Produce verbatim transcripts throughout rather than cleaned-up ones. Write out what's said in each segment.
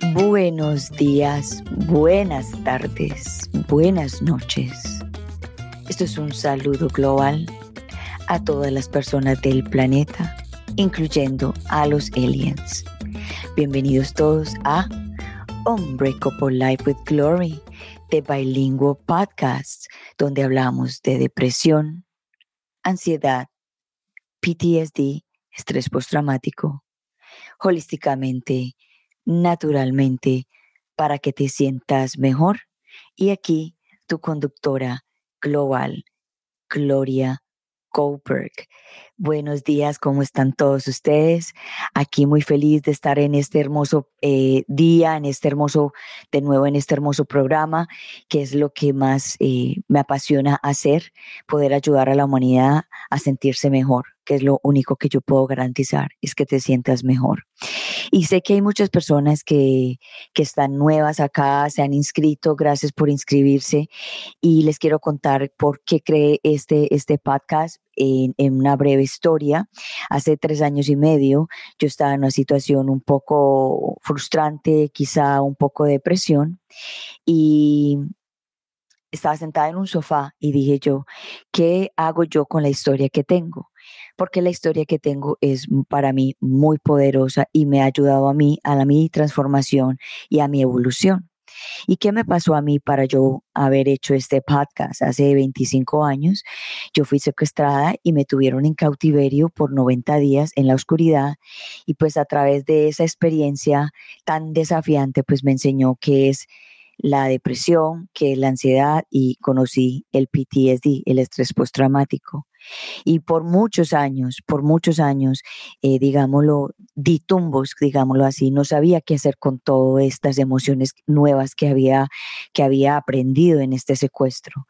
Buenos días, buenas tardes, buenas noches. Esto es un saludo global a todas las personas del planeta, incluyendo a los aliens. Bienvenidos todos a Unbreakable Life with Glory, de Bilingual Podcast, donde hablamos de depresión, ansiedad, P T S D, estrés postraumático, holísticamente, naturalmente, para que te sientas mejor. Y aquí tu conductora global, Gloria Goldberg. Buenos días, ¿cómo están todos ustedes? Aquí muy feliz de estar en este hermoso eh, día, en este hermoso, de nuevo en este hermoso programa, que es lo que más eh, me apasiona hacer, poder ayudar a la humanidad a sentirse mejor, que es lo único que yo puedo garantizar, es que te sientas mejor. Y sé que hay muchas personas que, que están nuevas acá, se han inscrito, gracias por inscribirse. Y les quiero contar por qué creé este, este podcast en, en una breve historia. Hace tres años y medio yo estaba en una situación un poco frustrante, quizá un poco de depresión, y estaba sentada en un sofá y dije yo, ¿qué hago yo con la historia que tengo? Porque la historia que tengo es para mí muy poderosa y me ha ayudado a mí, a la, mi transformación y a mi evolución. ¿Y qué me pasó a mí para yo haber hecho este podcast? Hace veinticinco años yo fui secuestrada y me tuvieron en cautiverio por noventa días en la oscuridad, y pues a través de esa experiencia tan desafiante pues me enseñó qué es la depresión, qué es la ansiedad, y conocí el P T S D, el estrés postraumático. Y por muchos años, por muchos años, eh, digámoslo, di tumbos, digámoslo así, no sabía qué hacer con todas estas emociones nuevas que había, que había aprendido en este secuestro.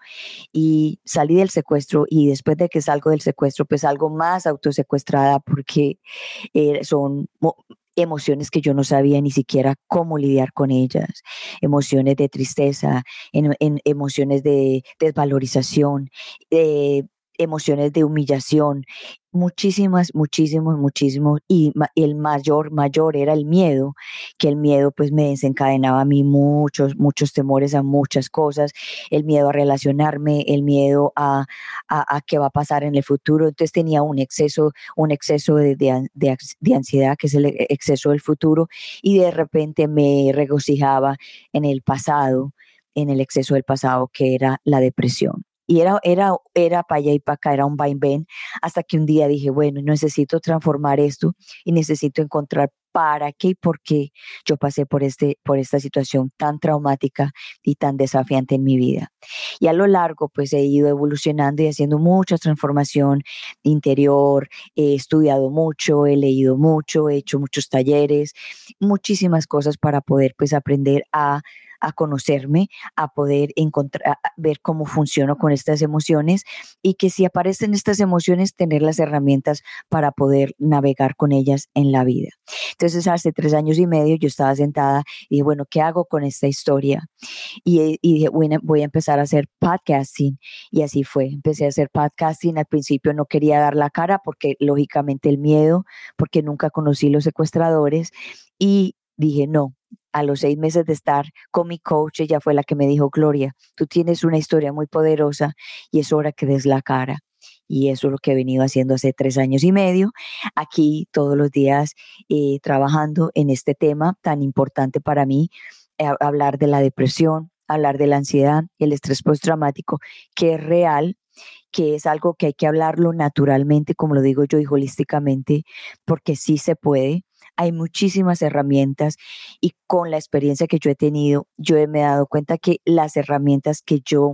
Y salí del secuestro, y después de que salgo del secuestro, pues salgo más autosecuestrada porque eh, son mo- emociones que yo no sabía ni siquiera cómo lidiar con ellas, emociones de tristeza, en, en emociones de desvalorización, eh, emociones de humillación, muchísimas, muchísimos, muchísimos, y ma- el mayor, mayor era el miedo, que el miedo pues me desencadenaba a mí muchos, muchos temores a muchas cosas, el miedo a relacionarme, el miedo a, a, a qué va a pasar en el futuro. Entonces tenía un exceso, un exceso de, de, an- de ax- de ansiedad, que es el e- exceso del futuro, y de repente me regocijaba en el pasado, en el exceso del pasado, que era la depresión. Y era, era, era para allá y para acá, era un vaivén, hasta que un día dije, bueno, necesito transformar esto y necesito encontrar para qué y por qué yo pasé por, este, por esta situación tan traumática y tan desafiante en mi vida. Y a lo largo, pues he ido evolucionando y haciendo mucha transformación interior, he estudiado mucho, he leído mucho, he hecho muchos talleres, muchísimas cosas para poder pues aprender a a conocerme, a poder encontrar, a ver cómo funciono con estas emociones, y que si aparecen estas emociones, tener las herramientas para poder navegar con ellas en la vida. Entonces, hace tres años y medio yo estaba sentada y dije, bueno, ¿qué hago con esta historia? Y, y dije, bueno, voy a empezar a hacer podcasting, y así fue. Empecé a hacer podcasting. Al principio no quería dar la cara porque lógicamente el miedo, porque nunca conocí los secuestradores, y dije, no. A los seis meses de estar con mi coach, ella fue la que me dijo, Gloria, tú tienes una historia muy poderosa y es hora que des la cara. Y eso es lo que he venido haciendo hace tres años y medio, aquí todos los días, eh, trabajando en este tema tan importante para mí, eh, hablar de la depresión, hablar de la ansiedad, el estrés postraumático, que es real, que es algo que hay que hablarlo naturalmente, como lo digo yo, y holísticamente, porque sí se puede. Hay muchísimas herramientas, y con la experiencia que yo he tenido, yo me he dado cuenta que las herramientas que yo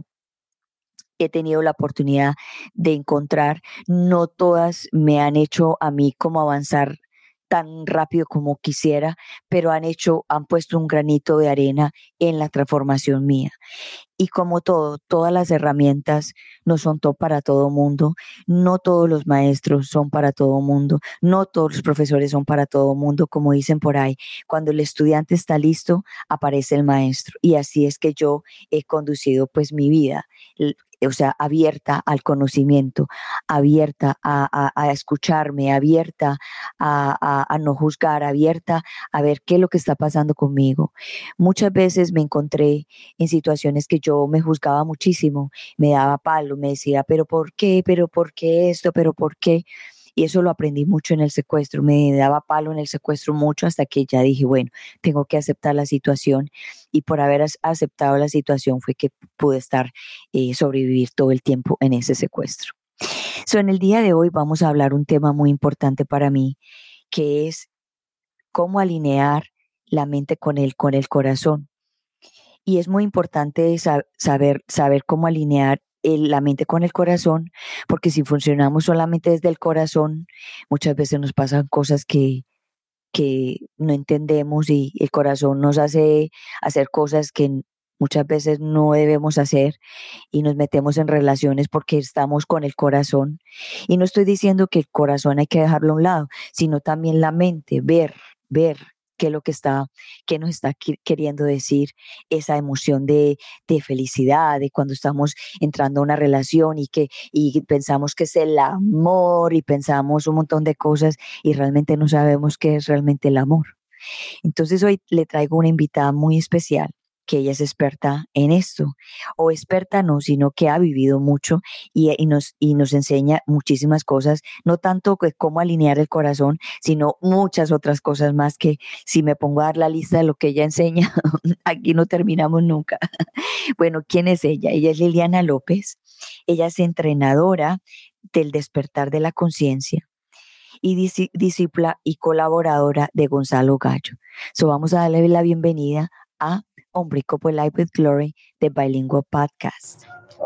he tenido la oportunidad de encontrar, no todas me han hecho a mí como avanzar tan rápido como quisiera, pero han hecho, han puesto un granito de arena en la transformación mía. Y como todo, todas las herramientas no son todo para todo mundo, no todos los maestros son para todo mundo, no todos los profesores son para todo mundo, como dicen por ahí. Cuando el estudiante está listo, aparece el maestro. Y así es que yo he conducido pues mi vida. o sea, abierta al conocimiento, abierta a, a, a escucharme, abierta a, a, a no juzgar, abierta a ver qué es lo que está pasando conmigo. Muchas veces me encontré en situaciones que yo me juzgaba muchísimo, me daba palo, me decía, pero ¿por qué? ¿Pero por qué esto? ¿Pero por qué? Y eso lo aprendí mucho en el secuestro, me daba palo en el secuestro mucho hasta que ya dije, bueno, tengo que aceptar la situación y por haber as- aceptado la situación fue que pude estar, eh, sobrevivir todo el tiempo en ese secuestro. So, en el día de hoy vamos a hablar un tema muy importante para mí, que es cómo alinear la mente con el, con el corazón. Y es muy importante sa- saber, saber cómo alinear el- la mente con el corazón, porque si funcionamos solamente desde el corazón, muchas veces nos pasan cosas que, que no entendemos y el corazón nos hace hacer cosas que n- muchas veces no debemos hacer y nos metemos en relaciones porque estamos con el corazón. Y no estoy diciendo que el corazón hay que dejarlo a un lado, sino también la mente, ver, ver qué es lo que está, qué nos está qui- queriendo decir esa emoción de, de felicidad, de cuando estamos entrando a una relación y que y pensamos que es el amor y pensamos un montón de cosas y realmente no sabemos qué es realmente el amor. Entonces hoy le traigo una invitada muy especial que ella es experta en esto, o experta no, sino que ha vivido mucho y, y nos, y nos enseña muchísimas cosas, no tanto que cómo alinear el corazón, sino muchas otras cosas más que si me pongo a dar la lista de lo que ella enseña, aquí no terminamos nunca. Bueno, ¿quién es ella? Ella es Liliana López, ella es entrenadora del despertar de la conciencia y disi- discípula y colaboradora de Gonzalo Gallo. So vamos a darle la bienvenida a Unbreakable Life with Glory de Bilingual Podcast.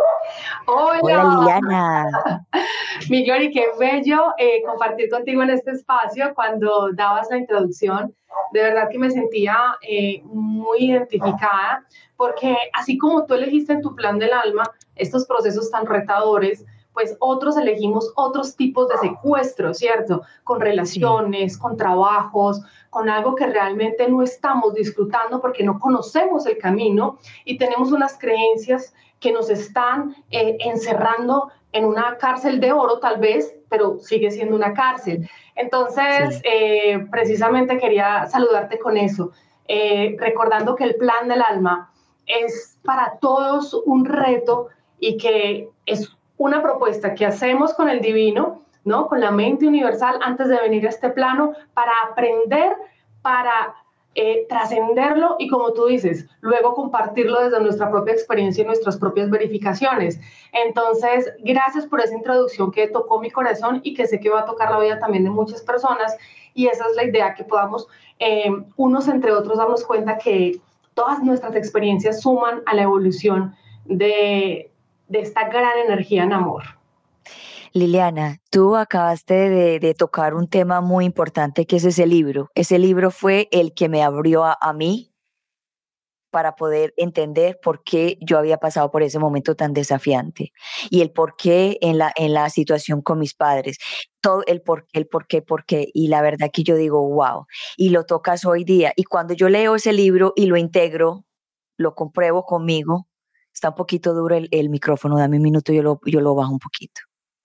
Hola Hola, Liliana. mi Glory, qué bello eh, compartir contigo en este espacio. Cuando dabas la introducción, de verdad que me sentía eh, muy identificada, porque así como tú elegiste en tu plan del alma estos procesos tan retadores, pues otros elegimos otros tipos de secuestro, ¿cierto? Con Sí, relaciones, con trabajos, con algo que realmente no estamos disfrutando porque no conocemos el camino y tenemos unas creencias que nos están eh, encerrando en una cárcel de oro tal vez, pero sigue siendo una cárcel. Entonces, sí. eh, precisamente quería saludarte con eso, eh, recordando que el plan del alma es para todos un reto y que es una propuesta que hacemos con el divino, ¿no? Con la mente universal antes de venir a este plano para aprender, para eh, trascenderlo y, como tú dices, luego compartirlo desde nuestra propia experiencia y nuestras propias verificaciones. Entonces, gracias por esa introducción que tocó mi corazón y que sé que va a tocar la vida también de muchas personas. Y esa es la idea, que podamos eh, unos entre otros darnos cuenta que todas nuestras experiencias suman a la evolución de, de esta gran energía en amor. Liliana, tú acabaste de, de tocar un tema muy importante que es ese libro. Ese libro fue el que me abrió a, a mí para poder entender por qué yo había pasado por ese momento tan desafiante y el por qué en la, en la situación con mis padres, todo el por qué, el por qué, por qué. Y la verdad que yo digo, wow, y lo tocas hoy día. Y cuando yo leo ese libro y lo integro, lo compruebo conmigo, está un poquito duro el, el micrófono, dame un minuto, yo lo, yo lo bajo un poquito.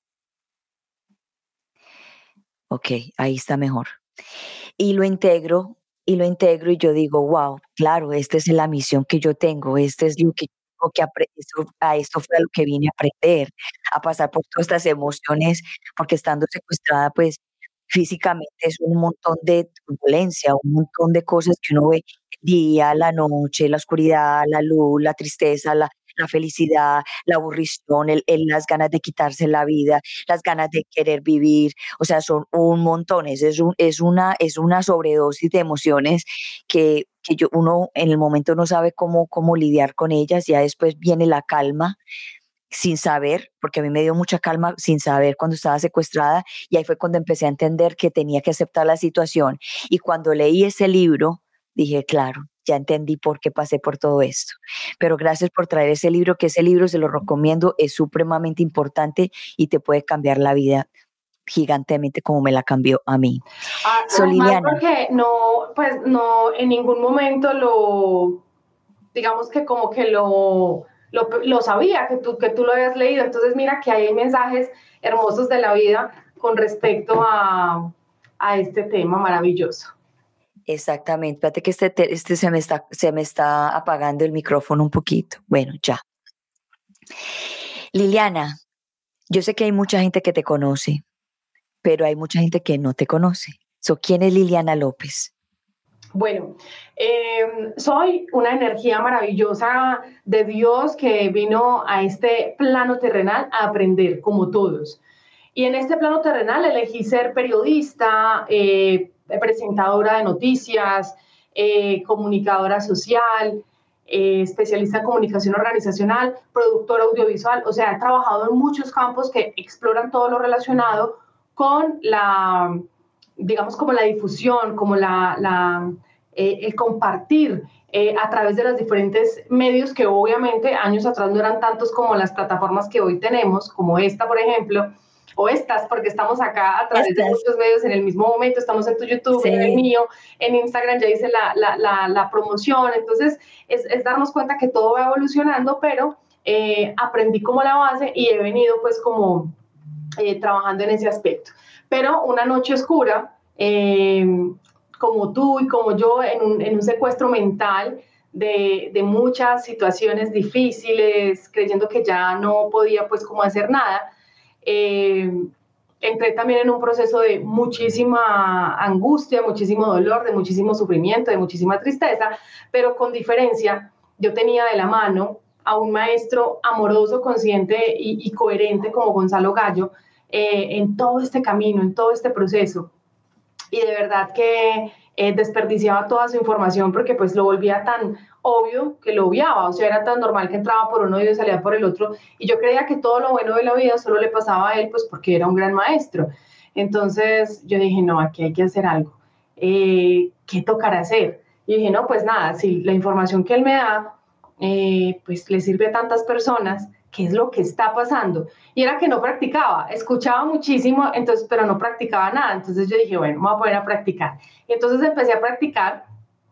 Ok, ahí está mejor. Y lo integro, y lo integro, y yo digo: "Guau, claro, esta es la misión que yo tengo, este es lo que tengo que apre esto a esto fue a lo que vine a aprender, a pasar por todas estas emociones", porque estando secuestrada, pues, físicamente es un montón de turbulencia, un montón de cosas que uno ve, el día, la noche, la oscuridad, la luz, la tristeza, la la felicidad, la aburrición, el el las ganas de quitarse la vida, las ganas de querer vivir, o sea, son un montón, es, es, un, es, una, es una sobredosis de emociones que, que yo, uno en el momento no sabe cómo, cómo lidiar con ellas, ya después viene la calma sin saber, porque a mí me dio mucha calma sin saber cuando estaba secuestrada y ahí fue cuando empecé a entender que tenía que aceptar la situación y cuando leí ese libro dije, claro, ya entendí por qué pasé por todo esto. Pero gracias por traer ese libro, que ese libro se lo recomiendo, es supremamente importante y te puede cambiar la vida gigantemente como me la cambió a mí. So, Además, Liliana, porque no, pues no, en ningún momento lo, digamos que como que lo, lo, lo sabía que tú, que tú lo habías leído. Entonces mira que hay mensajes hermosos de la vida con respecto a, a este tema maravilloso. Exactamente. Espérate que este, te- este se me está, se me está apagando el micrófono un poquito. Bueno, ya. Liliana, yo sé que hay mucha gente que te conoce, pero hay mucha gente que no te conoce. So, ¿quién es Liliana López? Bueno, eh, soy una energía maravillosa de Dios que vino a este plano terrenal a aprender, como todos. Y en este plano terrenal elegí ser periodista, eh, presentadora de noticias, eh, comunicadora social, eh, especialista en comunicación organizacional, productora audiovisual. O sea, he trabajado en muchos campos que exploran todo lo relacionado con la, digamos, como la difusión, como la, la eh, el compartir eh, a través de los diferentes medios que obviamente años atrás no eran tantos como las plataformas que hoy tenemos, como esta, por ejemplo, o estas, porque estamos acá a través de Estas. muchos medios en el mismo momento, estamos en tu YouTube, en el Sí. mío, en Instagram ya hice la, la, la, la promoción, entonces es, es darnos cuenta que todo va evolucionando, pero eh, aprendí como la base y he venido pues como eh, trabajando en ese aspecto. Pero una noche oscura, eh, como tú y como yo, en un, en un secuestro mental de, de, muchas situaciones difíciles, creyendo que ya no podía pues como hacer nada, eh, entré también en un proceso de muchísima angustia, muchísimo dolor, de muchísimo sufrimiento, de muchísima tristeza, pero con diferencia, yo tenía de la mano a un maestro amoroso, consciente y, y coherente como Gonzalo Gallo, eh, en todo este camino, en todo este proceso. Y de verdad que eh, desperdiciaba toda su información porque pues lo volvía tan obvio que lo obviaba, o sea, era tan normal que entraba por uno y salía por el otro, y yo creía que todo lo bueno de la vida solo le pasaba a él, pues porque era un gran maestro. Entonces yo dije, no, aquí hay que hacer algo. Eh, ¿Qué tocará hacer? Y dije, no, pues nada, si la información que él me da, eh, pues le sirve a tantas personas, ¿qué es lo que está pasando? Y era que no practicaba, escuchaba muchísimo, entonces, pero no practicaba nada. Entonces yo dije, bueno, me voy a poner a practicar. Y entonces empecé a practicar,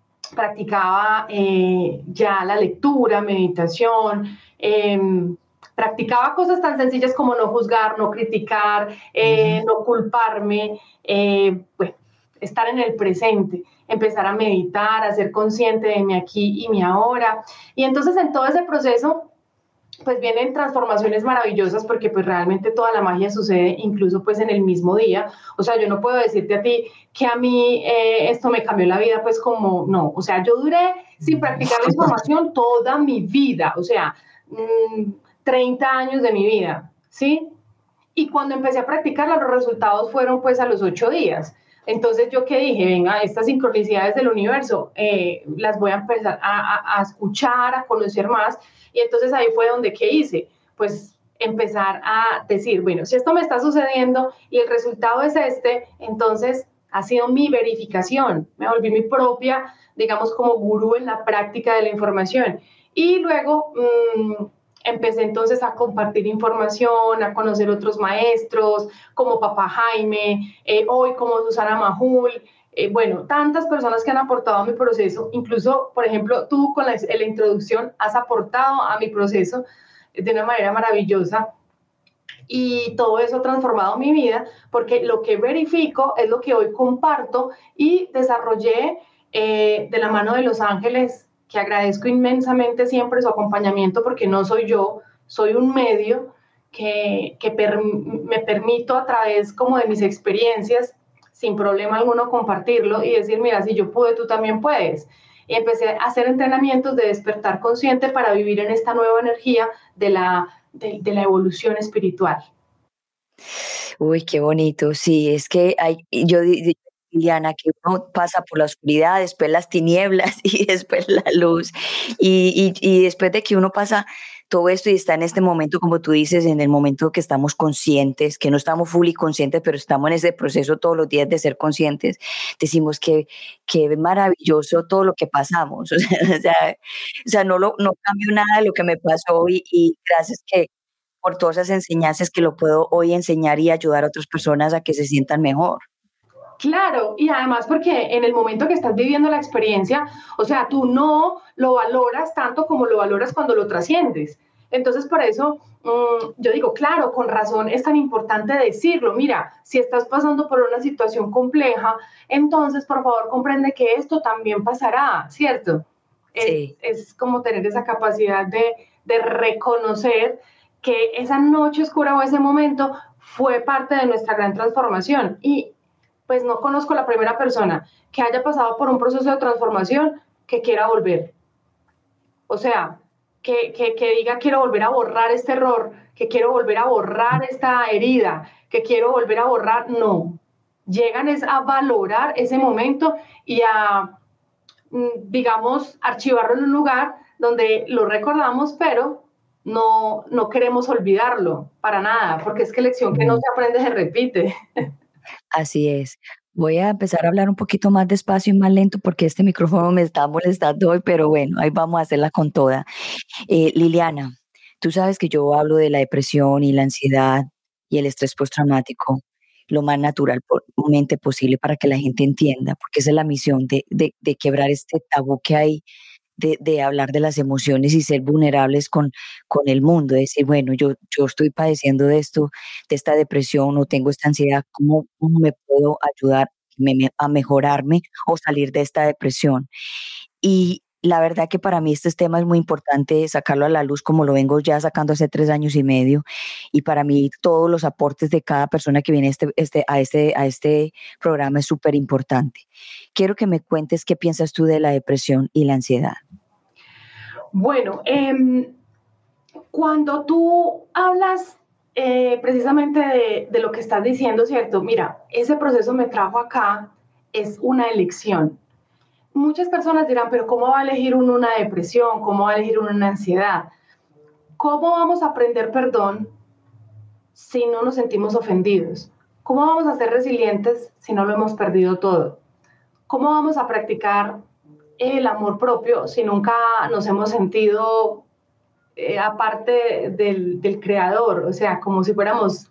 practicaba eh, ya la lectura, meditación, eh, practicaba cosas tan sencillas como no juzgar, no criticar, eh, uh-huh. no culparme, eh, bueno, estar en el presente, empezar a meditar, a ser consciente de mi aquí y mi ahora. Y entonces en todo ese proceso pues vienen transformaciones maravillosas porque pues realmente toda la magia sucede incluso pues en el mismo día. O sea, yo no puedo decirte a ti que a mí eh, esto me cambió la vida, pues como no. O sea, yo duré sin practicar la información toda mi vida, o sea, mmm, treinta años de mi vida, ¿sí? Y cuando empecé a practicarla, los resultados fueron pues a los ocho días. Entonces yo que dije, venga, estas sincronicidades del universo, eh, las voy a empezar a, a, a escuchar, a conocer más. Y entonces ahí fue donde, ¿qué hice? Pues empezar a decir, bueno, si esto me está sucediendo y el resultado es este, entonces ha sido mi verificación. Me volví mi propia, digamos, como gurú en la práctica de la información. Y luego mmm, empecé entonces a compartir información, a conocer otros maestros, como Papá Jaime, eh, hoy como Susana Majul, eh, bueno, tantas personas que han aportado a mi proceso, incluso, por ejemplo, tú con la, la introducción has aportado a mi proceso de una manera maravillosa, y todo eso ha transformado mi vida, porque lo que verifico es lo que hoy comparto y desarrollé eh, de la mano de Los Ángeles, que agradezco inmensamente siempre su acompañamiento, porque no soy yo, soy un medio que, que per, me permito a través como de mis experiencias, sin problema alguno, compartirlo y decir, mira, si yo pude, tú también puedes. Y empecé a hacer entrenamientos de despertar consciente para vivir en esta nueva energía de la, de, de la evolución espiritual. Uy, qué bonito. Sí, es que hay, yo digo, Liliana, que uno pasa por la oscuridad, después las tinieblas y después la luz. Y, y, y después de que uno pasa todo esto y está en este momento, como tú dices, en el momento que estamos conscientes, que no estamos fully conscientes, pero estamos en ese proceso todos los días de ser conscientes, decimos que, que maravilloso todo lo que pasamos. O sea, o sea, o sea no, lo, no cambio nada de lo que me pasó hoy, y gracias que por todas esas enseñanzas que lo puedo hoy enseñar y ayudar a otras personas a que se sientan mejor. Claro, y además porque en el momento que estás viviendo la experiencia, o sea, tú no lo valoras tanto como lo valoras cuando lo trasciendes. Entonces, por eso um, yo digo, claro, con razón es tan importante decirlo. Mira, si estás pasando por una situación compleja, entonces, por favor, comprende que esto también pasará, ¿cierto? Sí. Es, es como tener esa capacidad de, de reconocer que esa noche oscura o ese momento fue parte de nuestra gran transformación. Y pues no conozco la primera persona que haya pasado por un proceso de transformación que quiera volver. O sea, que, que, que diga quiero volver a borrar este error, que quiero volver a borrar esta herida, que quiero volver a borrar, no. Llegan es a valorar ese momento y a, digamos, archivarlo en un lugar donde lo recordamos, pero no, no queremos olvidarlo para nada, porque es que lección que no se aprende se repite. Así es. Voy a empezar a hablar un poquito más despacio y más lento porque este micrófono me está molestando hoy, pero bueno, ahí vamos a hacerla con toda. Eh, Liliana, tú sabes que yo hablo de la depresión y la ansiedad y el estrés postraumático lo más naturalmente posible para que la gente entienda, porque esa es la misión de, de, de quebrar este tabú que hay de, de hablar de las emociones y ser vulnerables con, con el mundo, decir, bueno, yo, yo estoy padeciendo de esto, de esta depresión o tengo esta ansiedad, ¿cómo, cómo me puedo ayudar me- me- a mejorarme o salir de esta depresión? Y la verdad que para mí este tema es muy importante sacarlo a la luz como lo vengo ya sacando hace tres años y medio. Y para mí todos los aportes de cada persona que viene este, este, a, este, a este programa es súper importante. Quiero que me cuentes qué piensas tú de la depresión y la ansiedad. Bueno, eh, cuando tú hablas eh, precisamente de, de lo que estás diciendo, ¿cierto? Mira, ese proceso me trajo acá, es una elección. Muchas personas dirán, pero ¿cómo va a elegir uno una depresión? ¿Cómo va a elegir uno una ansiedad? ¿Cómo vamos a aprender perdón si no nos sentimos ofendidos? ¿Cómo vamos a ser resilientes si no lo hemos perdido todo? ¿Cómo vamos a practicar el amor propio si nunca nos hemos sentido eh, aparte del, del creador? O sea, como si fuéramos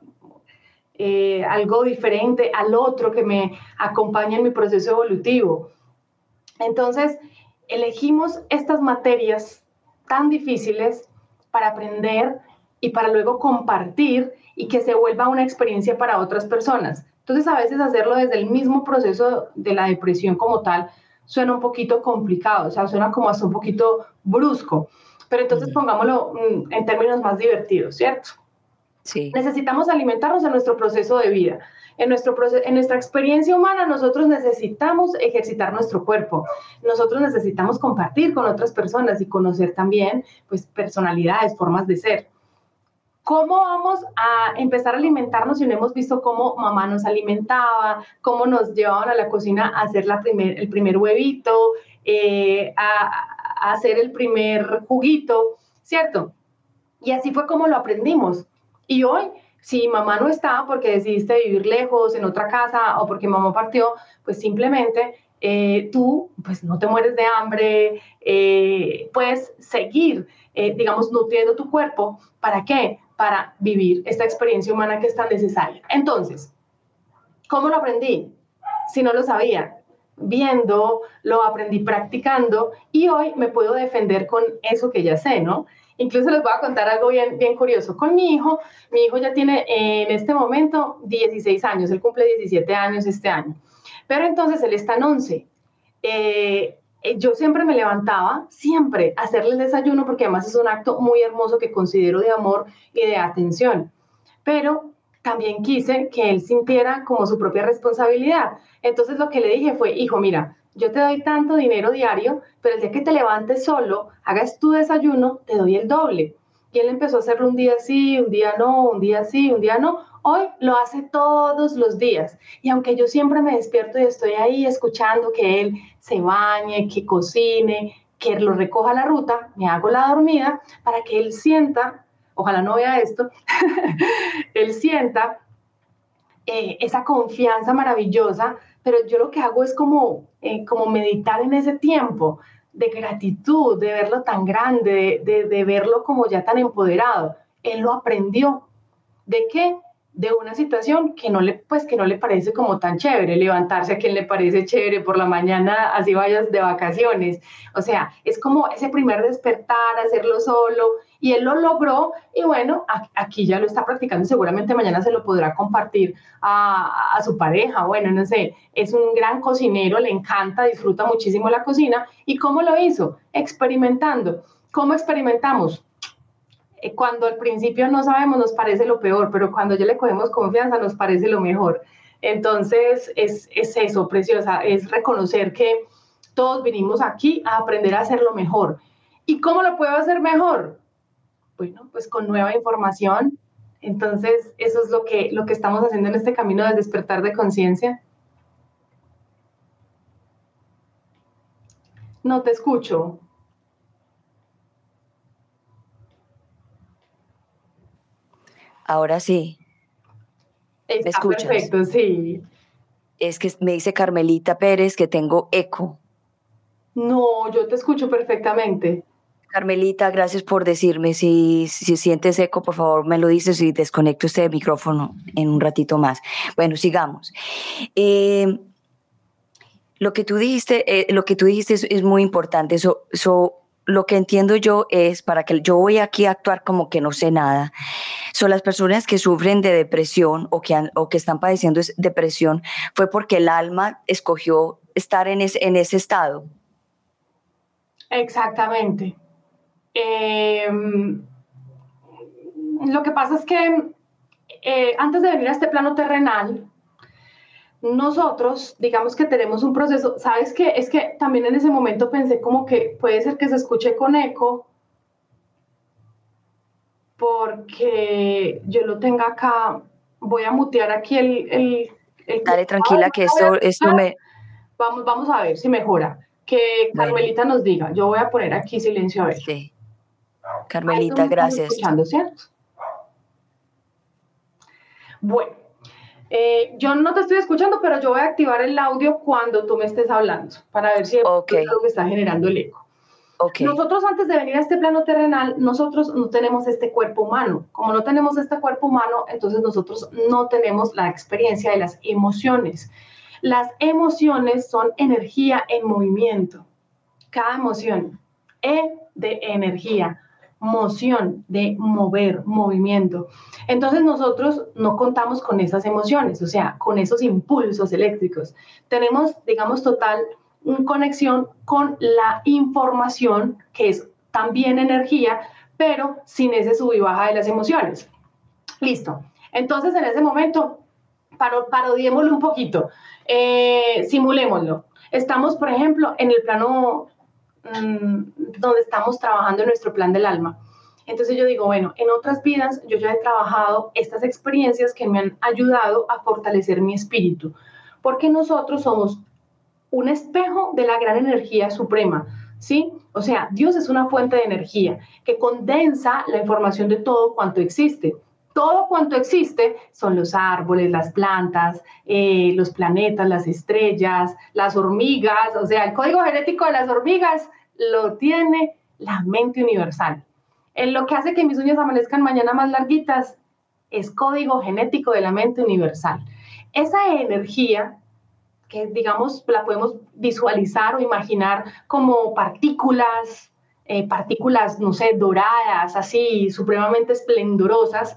eh, algo diferente al otro que me acompaña en mi proceso evolutivo. Entonces, elegimos estas materias tan difíciles para aprender y para luego compartir y que se vuelva una experiencia para otras personas. Entonces, a veces hacerlo desde el mismo proceso de la depresión como tal suena un poquito complicado, o sea, suena como hasta un poquito brusco. Pero entonces Mm, pongámoslo mm, en términos más divertidos, ¿cierto? sí. Necesitamos alimentarnos en nuestro proceso de vida. En, nuestro proceso, en nuestra experiencia humana nosotros necesitamos ejercitar nuestro cuerpo, nosotros necesitamos compartir con otras personas y conocer también pues, personalidades, formas de ser. ¿Cómo vamos a empezar a alimentarnos si no hemos visto cómo mamá nos alimentaba, cómo nos llevaban a la cocina a hacer la primer, el primer huevito, eh, a, a hacer el primer juguito, ¿cierto? Y así fue como lo aprendimos. Y hoy, si mamá no está porque decidiste vivir lejos, en otra casa, o porque mamá partió, pues simplemente eh, tú pues no te mueres de hambre, eh, puedes seguir, eh, digamos, nutriendo tu cuerpo. ¿Para qué? Para vivir esta experiencia humana que es tan necesaria. Entonces, ¿cómo lo aprendí? Si no lo sabía, viendo, lo aprendí practicando y hoy me puedo defender con eso que ya sé, ¿no? Incluso les voy a contar algo bien, bien curioso. Con mi hijo, mi hijo ya tiene eh, en este momento dieciséis años, él cumple diecisiete años este año, pero entonces él está en once. Eh, eh, yo siempre me levantaba, siempre, a hacerle el desayuno, porque además es un acto muy hermoso que considero de amor y de atención. Pero también quise que él sintiera como su propia responsabilidad. Entonces lo que le dije fue, hijo, mira, yo te doy tanto dinero diario, pero el día que te levantes solo, hagas tu desayuno, te doy el doble. Y él empezó a hacerlo un día sí, un día no, un día sí, un día no. Hoy lo hace todos los días. Y aunque yo siempre me despierto y estoy ahí escuchando que él se bañe, que cocine, que lo recoja la ruta, me hago la dormida para que él sienta, ojalá no vea esto, él sienta eh, esa confianza maravillosa, pero yo lo que hago es como, eh, como meditar en ese tiempo de gratitud, de verlo tan grande, de, de, de verlo como ya tan empoderado. Él lo aprendió. ¿De qué? De una situación que no le, pues, que no le parece como tan chévere, levantarse a quien le parece chévere por la mañana, así vayas de vacaciones. O sea, es como ese primer despertar, hacerlo solo y él lo logró y bueno, aquí ya lo está practicando, seguramente mañana se lo podrá compartir a, a su pareja, bueno, no sé, es un gran cocinero, le encanta, disfruta muchísimo la cocina. ¿Y cómo lo hizo? Experimentando. ¿Cómo experimentamos? Cuando al principio no sabemos nos parece lo peor, pero cuando ya le cogemos confianza nos parece lo mejor. Entonces es, es eso, preciosa, es reconocer que todos vinimos aquí a aprender a hacerlo mejor. ¿Y cómo lo puedo hacer mejor? Bueno, pues con nueva información. Entonces eso es lo que, lo que estamos haciendo en este camino del despertar de conciencia. No te escucho. Ahora sí. Está ¿me escuchas? Perfecto, sí. Es que me dice Carmelita Pérez que tengo eco. No, yo te escucho perfectamente. Carmelita, gracias por decirme. Si, si sientes eco, por favor me lo dices y desconecto este micrófono en un ratito más. Bueno, sigamos. Eh, lo que tú dijiste, eh, lo que tú dijiste es, es muy importante. So, so, lo que entiendo yo es, para que yo voy aquí a actuar como que no sé nada, son las personas que sufren de depresión o que, han, o que están padeciendo depresión, fue porque el alma escogió estar en, es, en ese estado. Exactamente. Eh, lo que pasa es que eh, antes de venir a este plano terrenal, nosotros, digamos que tenemos un proceso, ¿sabes qué? Es que también en ese momento pensé como que puede ser que se escuche con eco, porque yo lo tenga acá, voy a mutear aquí el... el, el Dale, tranquila, que esto, esto me... Vamos, vamos a ver si mejora. Que Carmelita bueno. nos diga, yo voy a poner aquí silencio a ver. Sí. Carmelita, gracias. Escuchando, ¿cierto? Bueno. Eh, yo no te estoy escuchando, pero yo voy a activar el audio cuando tú me estés hablando, para ver si okay. es lo que está generando el eco. Okay. Nosotros antes de venir a este plano terrenal, nosotros no tenemos este cuerpo humano. Como no tenemos este cuerpo humano, entonces nosotros no tenemos la experiencia de las emociones. Las emociones son energía en movimiento. Cada emoción, E de energía, moción de mover, movimiento. Entonces nosotros no contamos con esas emociones, o sea, con esos impulsos eléctricos. Tenemos, digamos, total conexión con la información, que es también energía, pero sin ese sub y baja de las emociones. Listo. Entonces, en ese momento, paro, parodiémoslo un poquito, eh, simulémoslo. Estamos, por ejemplo, en el plano donde estamos trabajando en nuestro plan del alma. Entonces yo digo, bueno, en otras vidas yo ya he trabajado estas experiencias que me han ayudado a fortalecer mi espíritu, porque nosotros somos un espejo de la gran energía suprema, ¿sí? O sea, Dios es una fuente de energía que condensa la información de todo cuanto existe. Todo cuanto existe son los árboles, las plantas, eh, los planetas, las estrellas, las hormigas, o sea, el código genético de las hormigas lo tiene la mente universal. En lo que hace que mis uñas amanezcan mañana más larguitas es código genético de la mente universal. Esa energía, que digamos la podemos visualizar o imaginar como partículas, eh, partículas, no sé, doradas, así, supremamente esplendorosas,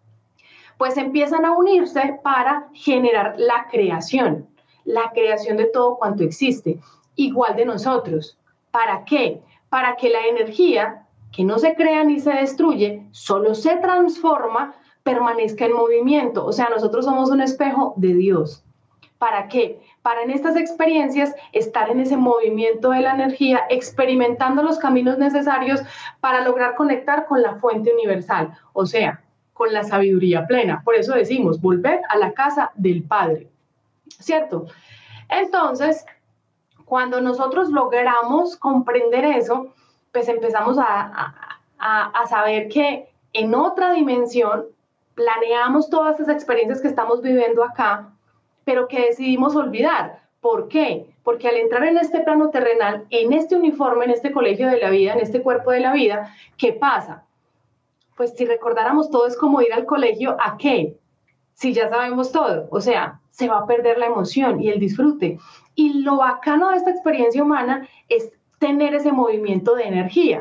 pues empiezan a unirse para generar la creación, la creación de todo cuanto existe, igual de nosotros. ¿Para qué? Para que la energía, que no se crea ni se destruye, solo se transforma, permanezca en movimiento. O sea, nosotros somos un espejo de Dios. ¿Para qué? Para en estas experiencias estar en ese movimiento de la energía, experimentando los caminos necesarios para lograr conectar con la fuente universal, o sea, con la sabiduría plena. Por eso decimos, volver a la casa del Padre, ¿cierto? Entonces, cuando nosotros logramos comprender eso, pues empezamos a, a, a saber que en otra dimensión planeamos todas esas experiencias que estamos viviendo acá, pero que decidimos olvidar. ¿Por qué? Porque al entrar en este plano terrenal, en este uniforme, en este colegio de la vida, en este cuerpo de la vida, ¿qué pasa? Pues si recordáramos todo es como ir al colegio, ¿a qué? Si ya sabemos todo, o sea, se va a perder la emoción y el disfrute. Y lo bacano de esta experiencia humana es tener ese movimiento de energía.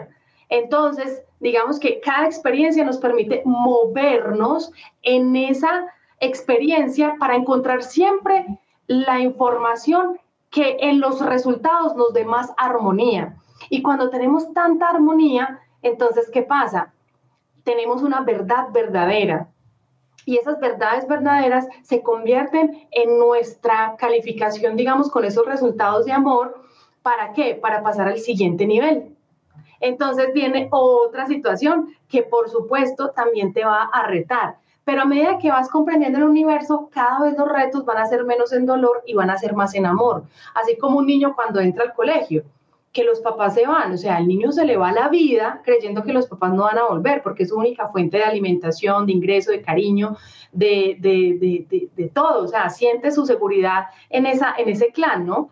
Entonces, digamos que cada experiencia nos permite movernos en esa experiencia para encontrar siempre la información que en los resultados nos dé más armonía. Y cuando tenemos tanta armonía, entonces, ¿qué pasa? Tenemos una verdad verdadera. Y esas verdades verdaderas se convierten en nuestra calificación, digamos, con esos resultados de amor. ¿Para qué? Para pasar al siguiente nivel. Entonces viene otra situación que, por supuesto, también te va a retar. Pero a medida que vas comprendiendo el universo, cada vez los retos van a ser menos en dolor y van a ser más en amor. Así como un niño cuando entra al colegio, que los papás se van, o sea, al niño se le va la vida creyendo que los papás no van a volver, porque es su única fuente de alimentación, de ingreso, de cariño, de, de, de, de, de todo, o sea, siente su seguridad en, esa, en ese clan, ¿no?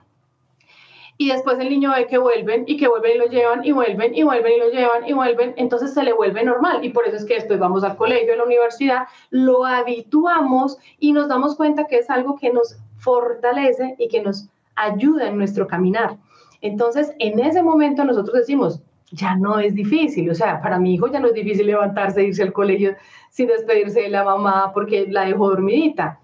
Y después el niño ve que vuelven y que vuelven y lo llevan y vuelven y vuelven y lo llevan y vuelven, entonces se le vuelve normal y por eso es que después vamos al colegio, a la universidad, lo habituamos y nos damos cuenta que es algo que nos fortalece y que nos ayuda en nuestro caminar. Entonces, en ese momento nosotros decimos, ya no es difícil, o sea, para mi hijo ya no es difícil levantarse e irse al colegio sin despedirse de la mamá porque la dejó dormidita.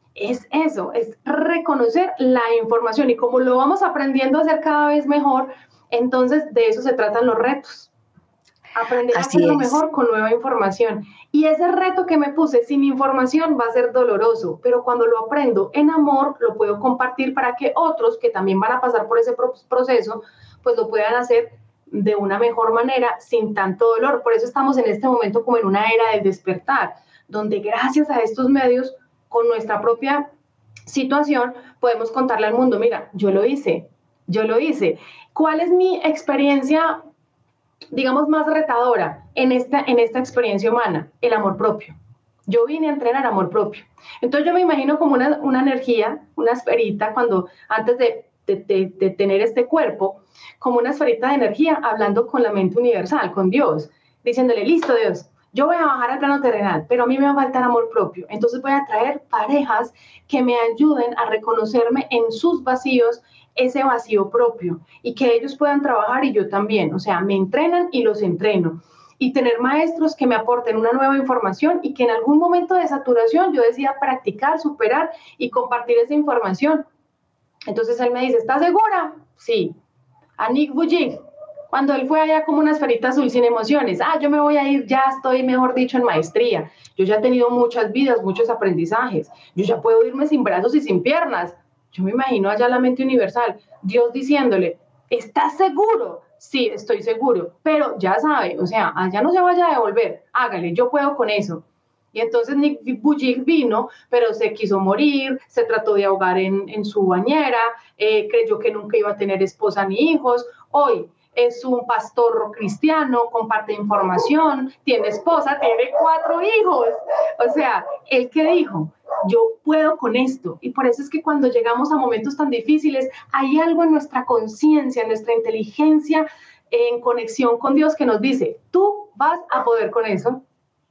Es eso, es reconocer la información y como lo vamos aprendiendo a hacer cada vez mejor, entonces de eso se tratan los retos. Aprender Así a hacerlo es. mejor con nueva información. Y ese reto que me puse sin información va a ser doloroso, pero cuando lo aprendo en amor, lo puedo compartir para que otros que también van a pasar por ese proceso, pues lo puedan hacer de una mejor manera, sin tanto dolor. Por eso estamos en este momento como en una era del despertar, donde gracias a estos medios, con nuestra propia situación, podemos contarle al mundo, mira, yo lo hice, yo lo hice. ¿Cuál es mi experiencia, digamos, más retadora en esta, en esta experiencia humana? El amor propio. Yo vine a entrenar amor propio. Entonces yo me imagino como una, una energía, una esferita, cuando antes de, de, de, de tener este cuerpo, como una esferita de energía, hablando con la mente universal, con Dios, diciéndole, listo Dios, yo voy a bajar al plano terrenal, pero a mí me va a faltar amor propio. Entonces voy a traer parejas que me ayuden a reconocerme en sus vacíos, ese vacío propio, y que ellos puedan trabajar y yo también. O sea, me entrenan y los entreno. Y tener maestros que me aporten una nueva información y que en algún momento de saturación yo decida practicar, superar y compartir esa información. Entonces él me dice, ¿estás segura? Sí. A Nick Vujicic, cuando él fue allá como una esferita azul sin emociones, ah, yo me voy a ir, ya estoy, mejor dicho, en maestría, yo ya he tenido muchas vidas, muchos aprendizajes, yo ya puedo irme sin brazos y sin piernas. Yo me imagino allá la mente universal, Dios diciéndole, ¿estás seguro? Sí, estoy seguro, pero ya sabe, o sea, allá no se vaya a devolver, hágale, yo puedo con eso. Y entonces Nick Vujicic vino, pero se quiso morir, se trató de ahogar en, en su bañera, eh, creyó que nunca iba a tener esposa ni hijos. Hoy es un pastor cristiano, comparte información, tiene esposa, tiene cuatro hijos. O sea, ¿él qué dijo? Yo puedo con esto. Y por eso es que cuando llegamos a momentos tan difíciles, hay algo en nuestra conciencia, en nuestra inteligencia, en conexión con Dios que nos dice, tú vas a poder con eso.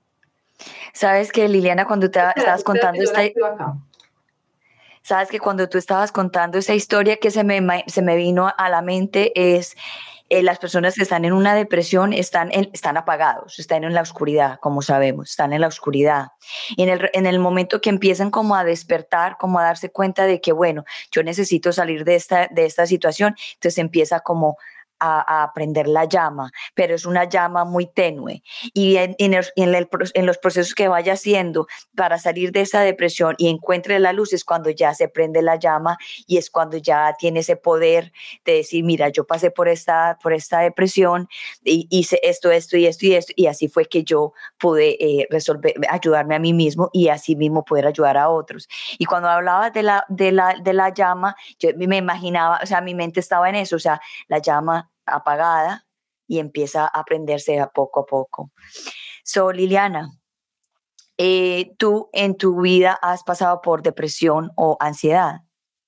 Sabes que, Liliana, cuando te Espera, estabas contando esta... Sabes que cuando tú estabas contando esa historia que se me, se me vino a la mente es... Eh, las personas que están en una depresión están, en, están apagados, están en la oscuridad, como sabemos, están en la oscuridad. Y en el, en el momento que empiezan como a despertar, como a darse cuenta de que, bueno, yo necesito salir de esta, de esta situación, entonces empieza como a, a prender la llama, pero es una llama muy tenue. Y en, en, el, en, el, en los procesos que vaya haciendo para salir de esa depresión y encuentre la luz es cuando ya se prende la llama y es cuando ya tiene ese poder de decir, mira, yo pasé por esta, por esta depresión, y hice esto, esto y esto y esto, y así fue que yo pude eh, resolver, ayudarme a mí mismo y así mismo poder ayudar a otros. Y cuando hablaba de la, de la, de la llama, yo me imaginaba, o sea, mi mente estaba en eso, o sea, la llama apagada y empieza a prenderse a poco a poco. So, Liliana, eh, ¿tú en tu vida has pasado por depresión o ansiedad?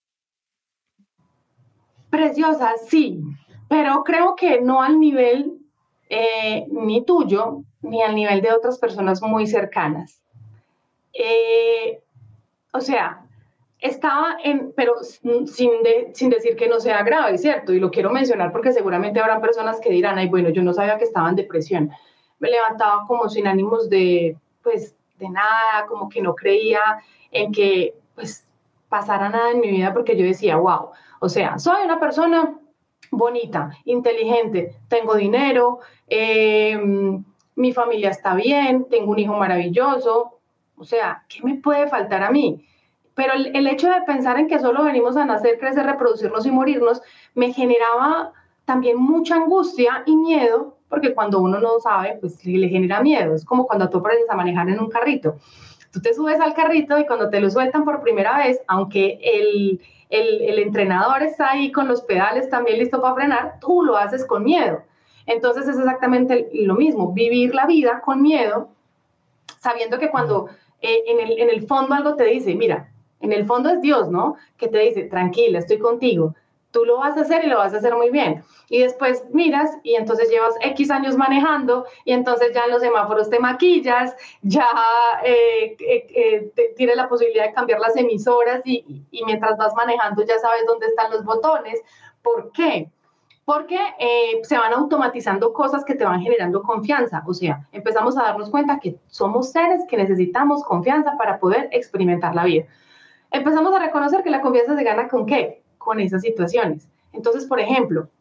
Preciosa, sí, pero creo que no al nivel eh, ni tuyo, ni al nivel de otras personas muy cercanas. Eh, o sea, estaba en, pero sin, de, sin decir que no sea grave, ¿cierto? Y lo quiero mencionar porque seguramente habrán personas que dirán, ay, bueno, yo no sabía que estaba en depresión. Me levantaba como sin ánimos de, pues, de nada, como que no creía en que, pues, pasara nada en mi vida porque yo decía, wow, o sea, soy una persona bonita, inteligente, tengo dinero, eh, mi familia está bien, tengo un hijo maravilloso, o sea, ¿qué me puede faltar a mí? Pero el, el hecho de pensar en que solo venimos a nacer, crecer, reproducirnos y morirnos, me generaba también mucha angustia y miedo, porque cuando uno no sabe, pues le, le genera miedo. Es como cuando tú aprendes a manejar en un carrito. Tú te subes al carrito y cuando te lo sueltan por primera vez, aunque el, el, el entrenador está ahí con los pedales también listo para frenar, tú lo haces con miedo. Entonces es exactamente lo mismo, vivir la vida con miedo, sabiendo que cuando eh, en, el, en el fondo algo te dice, mira, en el fondo es Dios, ¿no? Que te dice, tranquila, estoy contigo, tú lo vas a hacer y lo vas a hacer muy bien. Y después miras y entonces llevas X años manejando y entonces ya en los semáforos te maquillas, ya eh, eh, eh, te, tienes la posibilidad de cambiar las emisoras y, y mientras vas manejando ya sabes dónde están los botones. ¿Por qué? Porque eh, se van automatizando cosas que te van generando confianza. O sea, empezamos a darnos cuenta que somos seres que necesitamos confianza para poder experimentar la vida. Empezamos a reconocer que la confianza se gana ¿con qué? Con esas situaciones. Entonces, por ejemplo,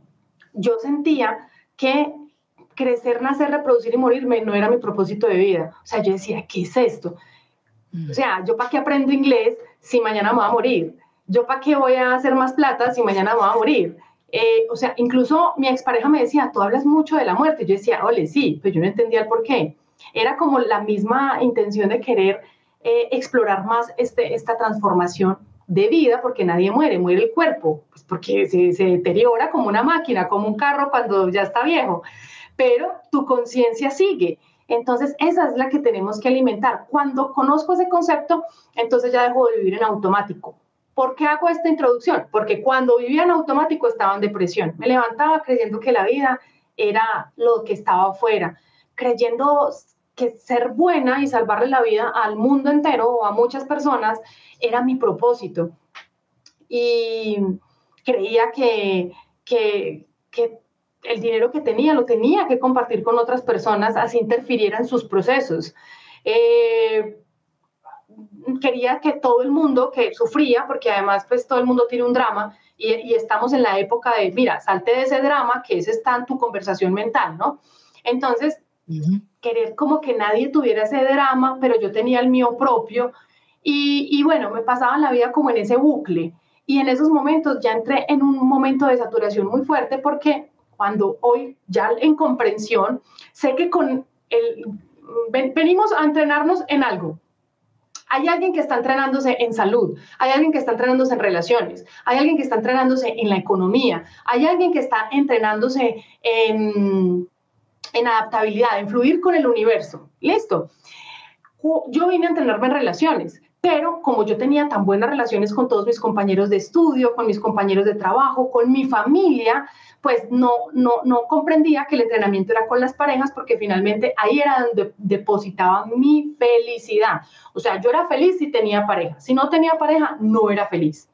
yo sentía que crecer, nacer, reproducir y morirme no era mi propósito de vida. O sea, yo decía, ¿qué es esto? O sea, ¿yo para qué aprendo inglés si mañana me voy a morir? ¿Yo para qué voy a hacer más plata si mañana me voy a morir? Eh, o sea, incluso mi expareja me decía, tú hablas mucho de la muerte. Yo decía, ole, sí, pero yo no entendía el por qué. Era como la misma intención de querer eh, explorar más este, esta transformación de vida, porque nadie muere, muere el cuerpo, pues porque se, se deteriora como una máquina, como un carro cuando ya está viejo, pero tu conciencia sigue. Entonces, esa es la que tenemos que alimentar. Cuando conozco ese concepto, entonces ya dejo de vivir en automático. ¿Por qué hago esta introducción? Porque cuando vivía en automático estaba en depresión. Me levantaba creyendo que la vida era lo que estaba afuera, creyendo que ser buena y salvarle la vida al mundo entero o a muchas personas era mi propósito. Y creía que, que, que el dinero que tenía lo tenía que compartir con otras personas, así interfirieran sus procesos. Eh, quería que todo el mundo que sufría, porque además pues todo el mundo tiene un drama, y, y estamos en la época de, mira, salte de ese drama, que ese está en tu conversación mental, ¿no? Entonces, uh-huh. querer como que nadie tuviera ese drama, pero yo tenía el mío propio, y, y bueno, me pasaba la vida como en ese bucle, y en esos momentos ya entré en un momento de saturación muy fuerte, porque cuando hoy ya en comprensión, sé que con el, ven, venimos a entrenarnos en algo. Hay alguien que está entrenándose en salud, hay alguien que está entrenándose en relaciones, hay alguien que está entrenándose en la economía, hay alguien que está entrenándose en, en adaptabilidad, en fluir con el universo. ¿Listo? Yo vine a entrenarme en relaciones, pero como yo tenía tan buenas relaciones con todos mis compañeros de estudio, con mis compañeros de trabajo, con mi familia, pues no, no, no comprendía que el entrenamiento era con las parejas, porque finalmente ahí era donde depositaba mi felicidad. O sea, yo era feliz si tenía pareja. Si no tenía pareja, no era feliz.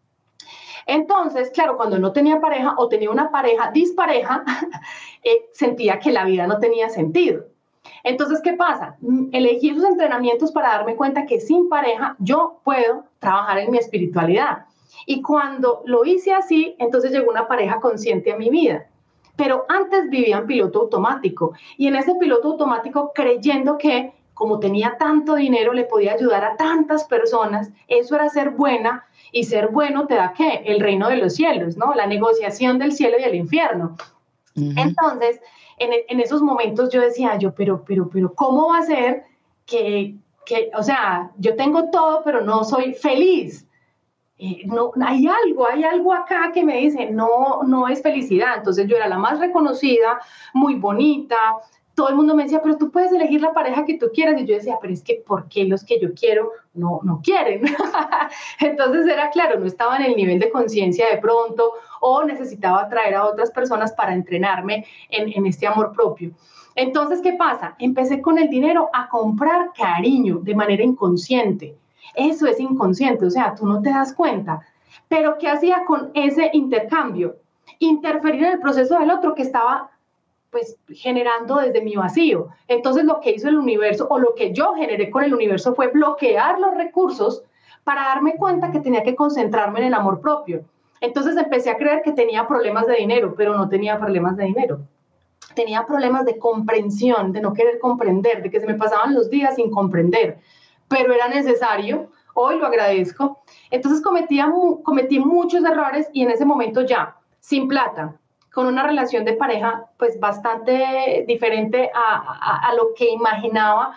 Entonces, claro, cuando no tenía pareja o tenía una pareja dispareja, eh, sentía que la vida no tenía sentido. Entonces, ¿qué pasa? Elegí esos entrenamientos para darme cuenta que sin pareja yo puedo trabajar en mi espiritualidad. Y cuando lo hice así, entonces llegó una pareja consciente a mi vida. Pero antes vivía en piloto automático. Y en ese piloto automático, creyendo que como tenía tanto dinero, le podía ayudar a tantas personas, eso era ser buena. Y ser bueno te da, ¿qué? El reino de los cielos, ¿no? La negociación del cielo y el infierno. Uh-huh. Entonces, en, en esos momentos yo decía, yo, pero, pero, pero, ¿cómo va a ser que, que o sea, yo tengo todo, pero no soy feliz? Eh, no, hay algo, hay algo acá que me dice, no, no es felicidad. Entonces yo era la más reconocida, muy bonita, todo el mundo me decía, pero tú puedes elegir la pareja que tú quieras, y yo decía, pero es que ¿por qué los que yo quiero no, no quieren? Entonces era claro, no estaba en el nivel de conciencia de pronto, o necesitaba atraer a otras personas para entrenarme en, en este amor propio. Entonces, ¿qué pasa? Empecé con el dinero a comprar cariño de manera inconsciente. Eso es inconsciente, o sea, tú no te das cuenta. Pero ¿qué hacía con ese intercambio? Interferir en el proceso del otro que estaba pues generando desde mi vacío. Entonces lo que hizo el universo o lo que yo generé con el universo fue bloquear los recursos para darme cuenta que tenía que concentrarme en el amor propio. Entonces empecé a creer que tenía problemas de dinero, pero no tenía problemas de dinero. Tenía problemas de comprensión, de no querer comprender, de que se me pasaban los días sin comprender, pero era necesario, hoy lo agradezco. Entonces cometía, cometí muchos errores y en ese momento ya, sin plata, con una relación de pareja pues bastante diferente a, a, a lo que imaginaba,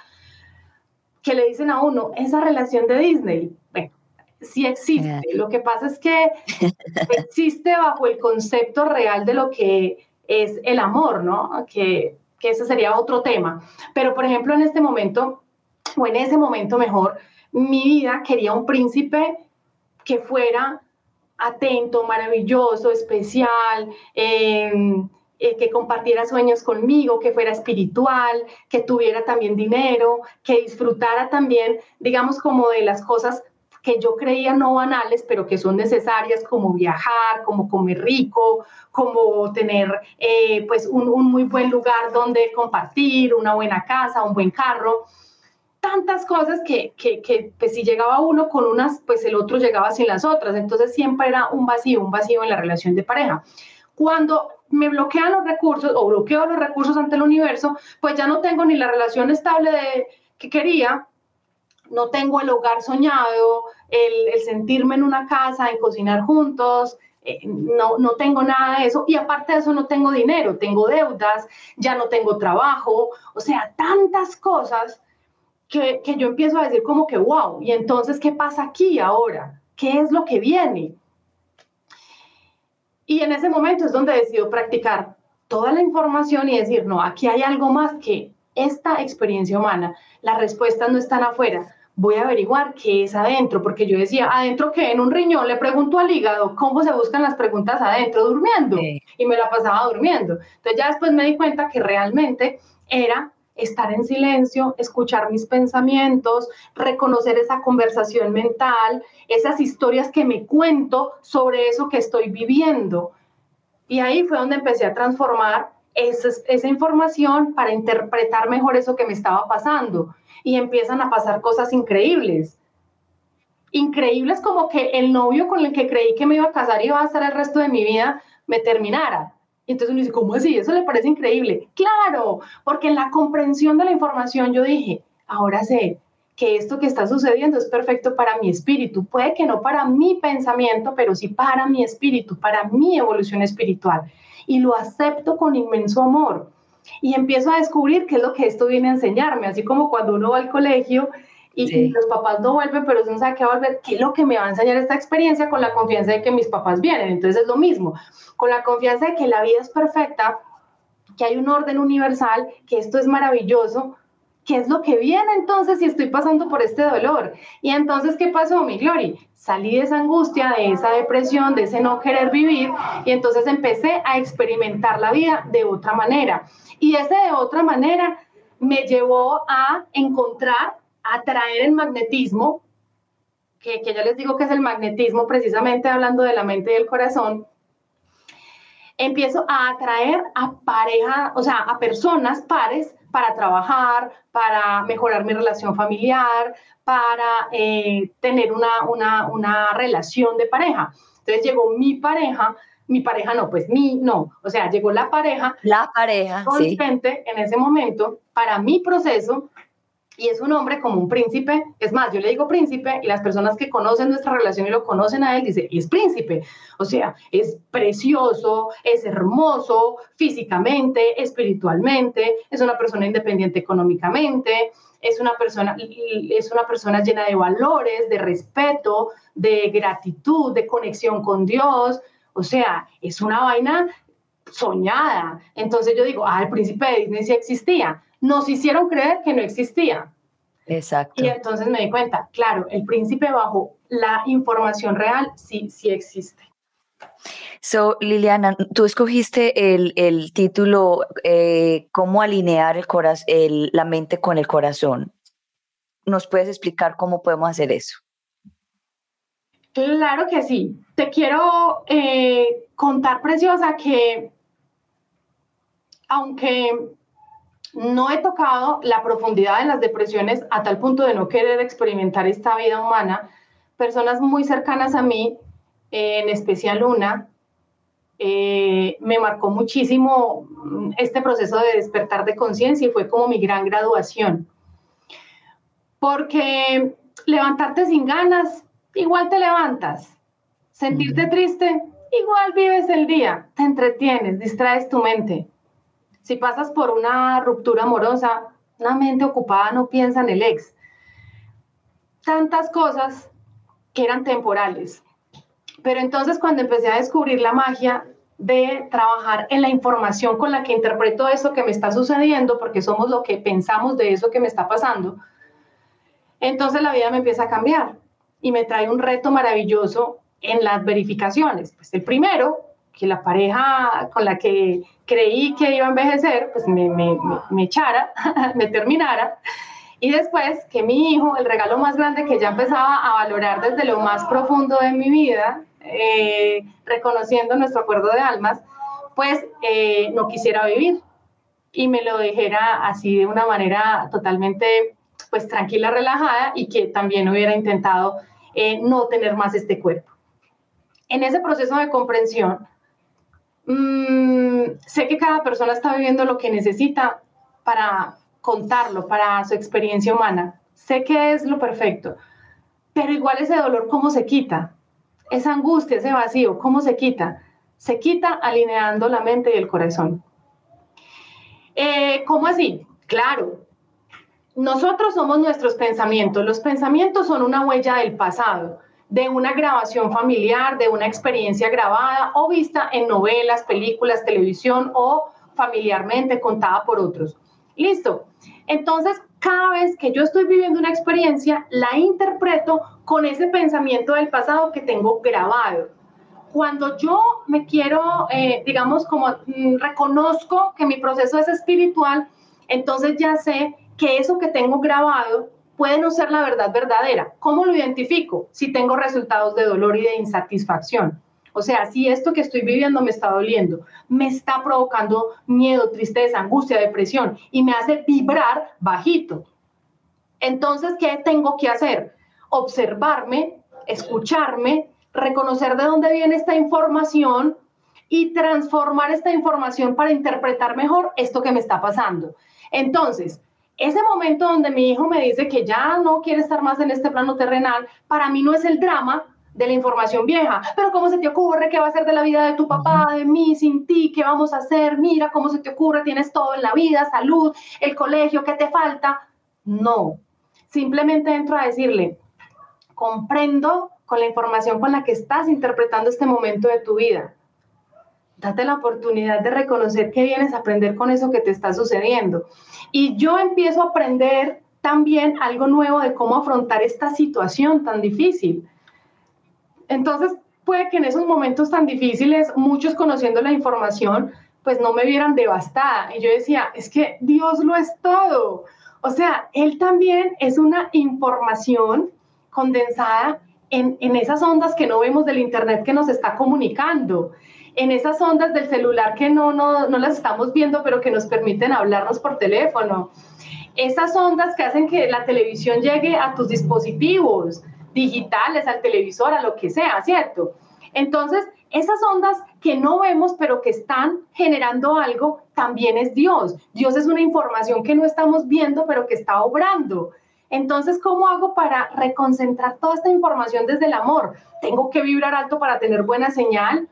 que le dicen a uno, esa relación de Disney, bueno, sí existe, yeah. Lo que pasa es que existe bajo el concepto real de lo que es el amor, ¿no? Que, que ese sería otro tema. Pero, por ejemplo, en este momento, o en ese momento mejor, mi vida quería un príncipe que fuera atento, maravilloso, especial, eh, eh, que compartiera sueños conmigo, que fuera espiritual, que tuviera también dinero, que disfrutara también, digamos, como de las cosas que yo creía no banales, pero que son necesarias, como viajar, como comer rico, como tener eh, pues un, un muy buen lugar donde compartir, una buena casa, un buen carro. Tantas cosas que, que, que pues si llegaba uno con unas, pues el otro llegaba sin las otras. Entonces siempre era un vacío, un vacío en la relación de pareja. Cuando me bloquean los recursos o bloqueo los recursos ante el universo, pues ya no tengo ni la relación estable de, que quería, no tengo el hogar soñado, el, el sentirme en una casa, en cocinar juntos, eh, no, no tengo nada de eso. Y aparte de eso no tengo dinero, tengo deudas, ya no tengo trabajo, o sea, tantas cosas Que, que yo empiezo a decir como que wow, y entonces, ¿qué pasa aquí ahora? ¿Qué es lo que viene? Y en ese momento es donde decido practicar toda la información y decir, no, aquí hay algo más que esta experiencia humana, las respuestas no están afuera, voy a averiguar qué es adentro, porque yo decía, ¿adentro qué? En un riñón, le pregunto al hígado, ¿cómo se buscan las preguntas adentro? Durmiendo, sí. Y me la pasaba durmiendo. Entonces ya después me di cuenta que realmente era estar en silencio, escuchar mis pensamientos, reconocer esa conversación mental, esas historias que me cuento sobre eso que estoy viviendo. Y ahí fue donde empecé a transformar esa, esa información para interpretar mejor eso que me estaba pasando. Y empiezan a pasar cosas increíbles. Increíbles como que el novio con el que creí que me iba a casar y iba a estar el resto de mi vida me terminara. Y entonces uno dice, ¿cómo así? ¿Eso le parece increíble? ¡Claro! Porque en la comprensión de la información yo dije, ahora sé que esto que está sucediendo es perfecto para mi espíritu. Puede que no para mi pensamiento, pero sí para mi espíritu, para mi evolución espiritual. Y lo acepto con inmenso amor. Y empiezo a descubrir qué es lo que esto viene a enseñarme. Así como cuando uno va al colegio y, sí. y los papás no vuelven, pero uno sabe que va a volver. ¿Qué es lo que me va a enseñar esta experiencia con la confianza de que mis papás vienen? Entonces es lo mismo. Con la confianza de que la vida es perfecta, que hay un orden universal, que esto es maravilloso, ¿qué es lo que viene entonces si estoy pasando por este dolor? Y entonces, ¿qué pasó, mi Glory? Salí de esa angustia, de esa depresión, de ese no querer vivir, y entonces empecé a experimentar la vida de otra manera. Y ese de otra manera me llevó a encontrar, a traer el magnetismo, que, que ya les digo que es el magnetismo, precisamente hablando de la mente y del corazón. Empiezo a atraer a pareja, o sea, a personas pares para trabajar, para mejorar mi relación familiar, para eh, tener una, una, una relación de pareja. Entonces llegó mi pareja, mi pareja no, pues mi, no, o sea, llegó la pareja. La pareja, consciente, sí. En ese momento, para mi proceso, y es un hombre como un príncipe. Es más, yo le digo príncipe y las personas que conocen nuestra relación y lo conocen a él dicen, es príncipe, o sea, es precioso, es hermoso físicamente, espiritualmente, es una persona independiente económicamente, es una persona, es una persona llena de valores, de respeto, de gratitud, de conexión con Dios, o sea, es una vaina soñada. Entonces yo digo, ah, el príncipe de Disney sí existía. Nos hicieron creer que no existía. Exacto. Y entonces me di cuenta, claro, el príncipe bajo la información real sí, sí existe. So, Liliana, tú escogiste el, el título eh, ¿Cómo alinear el coraz- el, la mente con el corazón? ¿nos puedes explicar cómo podemos hacer eso? Claro que sí. Te quiero eh, contar, Preciosa, que aunque no he tocado la profundidad de las depresiones a tal punto de no querer experimentar esta vida humana, personas muy cercanas a mí, eh, en especial una, eh, me marcó muchísimo este proceso de despertar de conciencia y fue como mi gran graduación. Porque levantarte sin ganas, igual te levantas. Sentirte uh-huh. triste, igual vives el día, te entretienes, distraes tu mente. Si pasas por una ruptura amorosa, una mente ocupada no piensa en el ex. Tantas cosas que eran temporales. Pero entonces cuando empecé a descubrir la magia de trabajar en la información con la que interpreto eso que me está sucediendo, porque somos lo que pensamos de eso que me está pasando, entonces la vida me empieza a cambiar y me trae un reto maravilloso en las verificaciones. Pues el primero, que la pareja con la que creí que iba a envejecer, pues me, me, me, me echara, me terminara. Y después que mi hijo, el regalo más grande que ya empezaba a valorar desde lo más profundo de mi vida, eh, reconociendo nuestro acuerdo de almas, pues eh, no quisiera vivir y me lo dijera así de una manera totalmente pues tranquila, relajada, y que también hubiera intentado eh, no tener más este cuerpo. En ese proceso de comprensión, mmm, sé que cada persona está viviendo lo que necesita para contarlo, para su experiencia humana. Sé que es lo perfecto, pero igual ese dolor, ¿cómo se quita? Esa angustia, ese vacío, ¿cómo se quita? Se quita alineando la mente y el corazón. Eh, ¿Cómo así? Claro, nosotros somos nuestros pensamientos. Los pensamientos son una huella del pasado, de una grabación familiar, de una experiencia grabada o vista en novelas, películas, televisión o familiarmente contada por otros. Listo. Entonces, cada vez que yo estoy viviendo una experiencia, la interpreto con ese pensamiento del pasado que tengo grabado. Cuando yo me quiero, eh, digamos, como mmm, reconozco que mi proceso es espiritual, entonces ya sé que eso que tengo grabado puede no ser la verdad verdadera. ¿Cómo lo identifico? Si tengo resultados de dolor y de insatisfacción. O sea, si esto que estoy viviendo me está doliendo, me está provocando miedo, tristeza, angustia, depresión y me hace vibrar bajito. Entonces, ¿qué tengo que hacer? Observarme, escucharme, reconocer de dónde viene esta información y transformar esta información para interpretar mejor esto que me está pasando. Entonces, ese momento donde mi hijo me dice que ya no quiere estar más en este plano terrenal, para mí no es el drama de la información vieja. Pero ¿cómo se te ocurre? ¿Qué va a ser de la vida de tu papá, de mí, sin ti? ¿Qué vamos a hacer? Mira, ¿cómo se te ocurre? Tienes todo en la vida, salud, el colegio, ¿qué te falta? No, simplemente entro a decirle, comprendo con la información con la que estás interpretando este momento de tu vida. Date la oportunidad de reconocer que vienes a aprender con eso que te está sucediendo. Y yo empiezo a aprender también algo nuevo de cómo afrontar esta situación tan difícil. Entonces, puede que en esos momentos tan difíciles, muchos conociendo la información, pues no me vieran devastada. Y yo decía, es que Dios lo es todo. O sea, Él también es una información condensada en, en esas ondas que no vemos del internet que nos está comunicando, en esas ondas del celular que no, no, no las estamos viendo, pero que nos permiten hablarnos por teléfono. Esas ondas que hacen que la televisión llegue a tus dispositivos digitales, al televisor, a lo que sea, ¿cierto? Entonces, esas ondas que no vemos, pero que están generando algo, también es Dios. Dios es una información que no estamos viendo, pero que está obrando. Entonces, ¿cómo hago para reconcentrar toda esta información desde el amor? Tengo que vibrar alto para tener buena señal.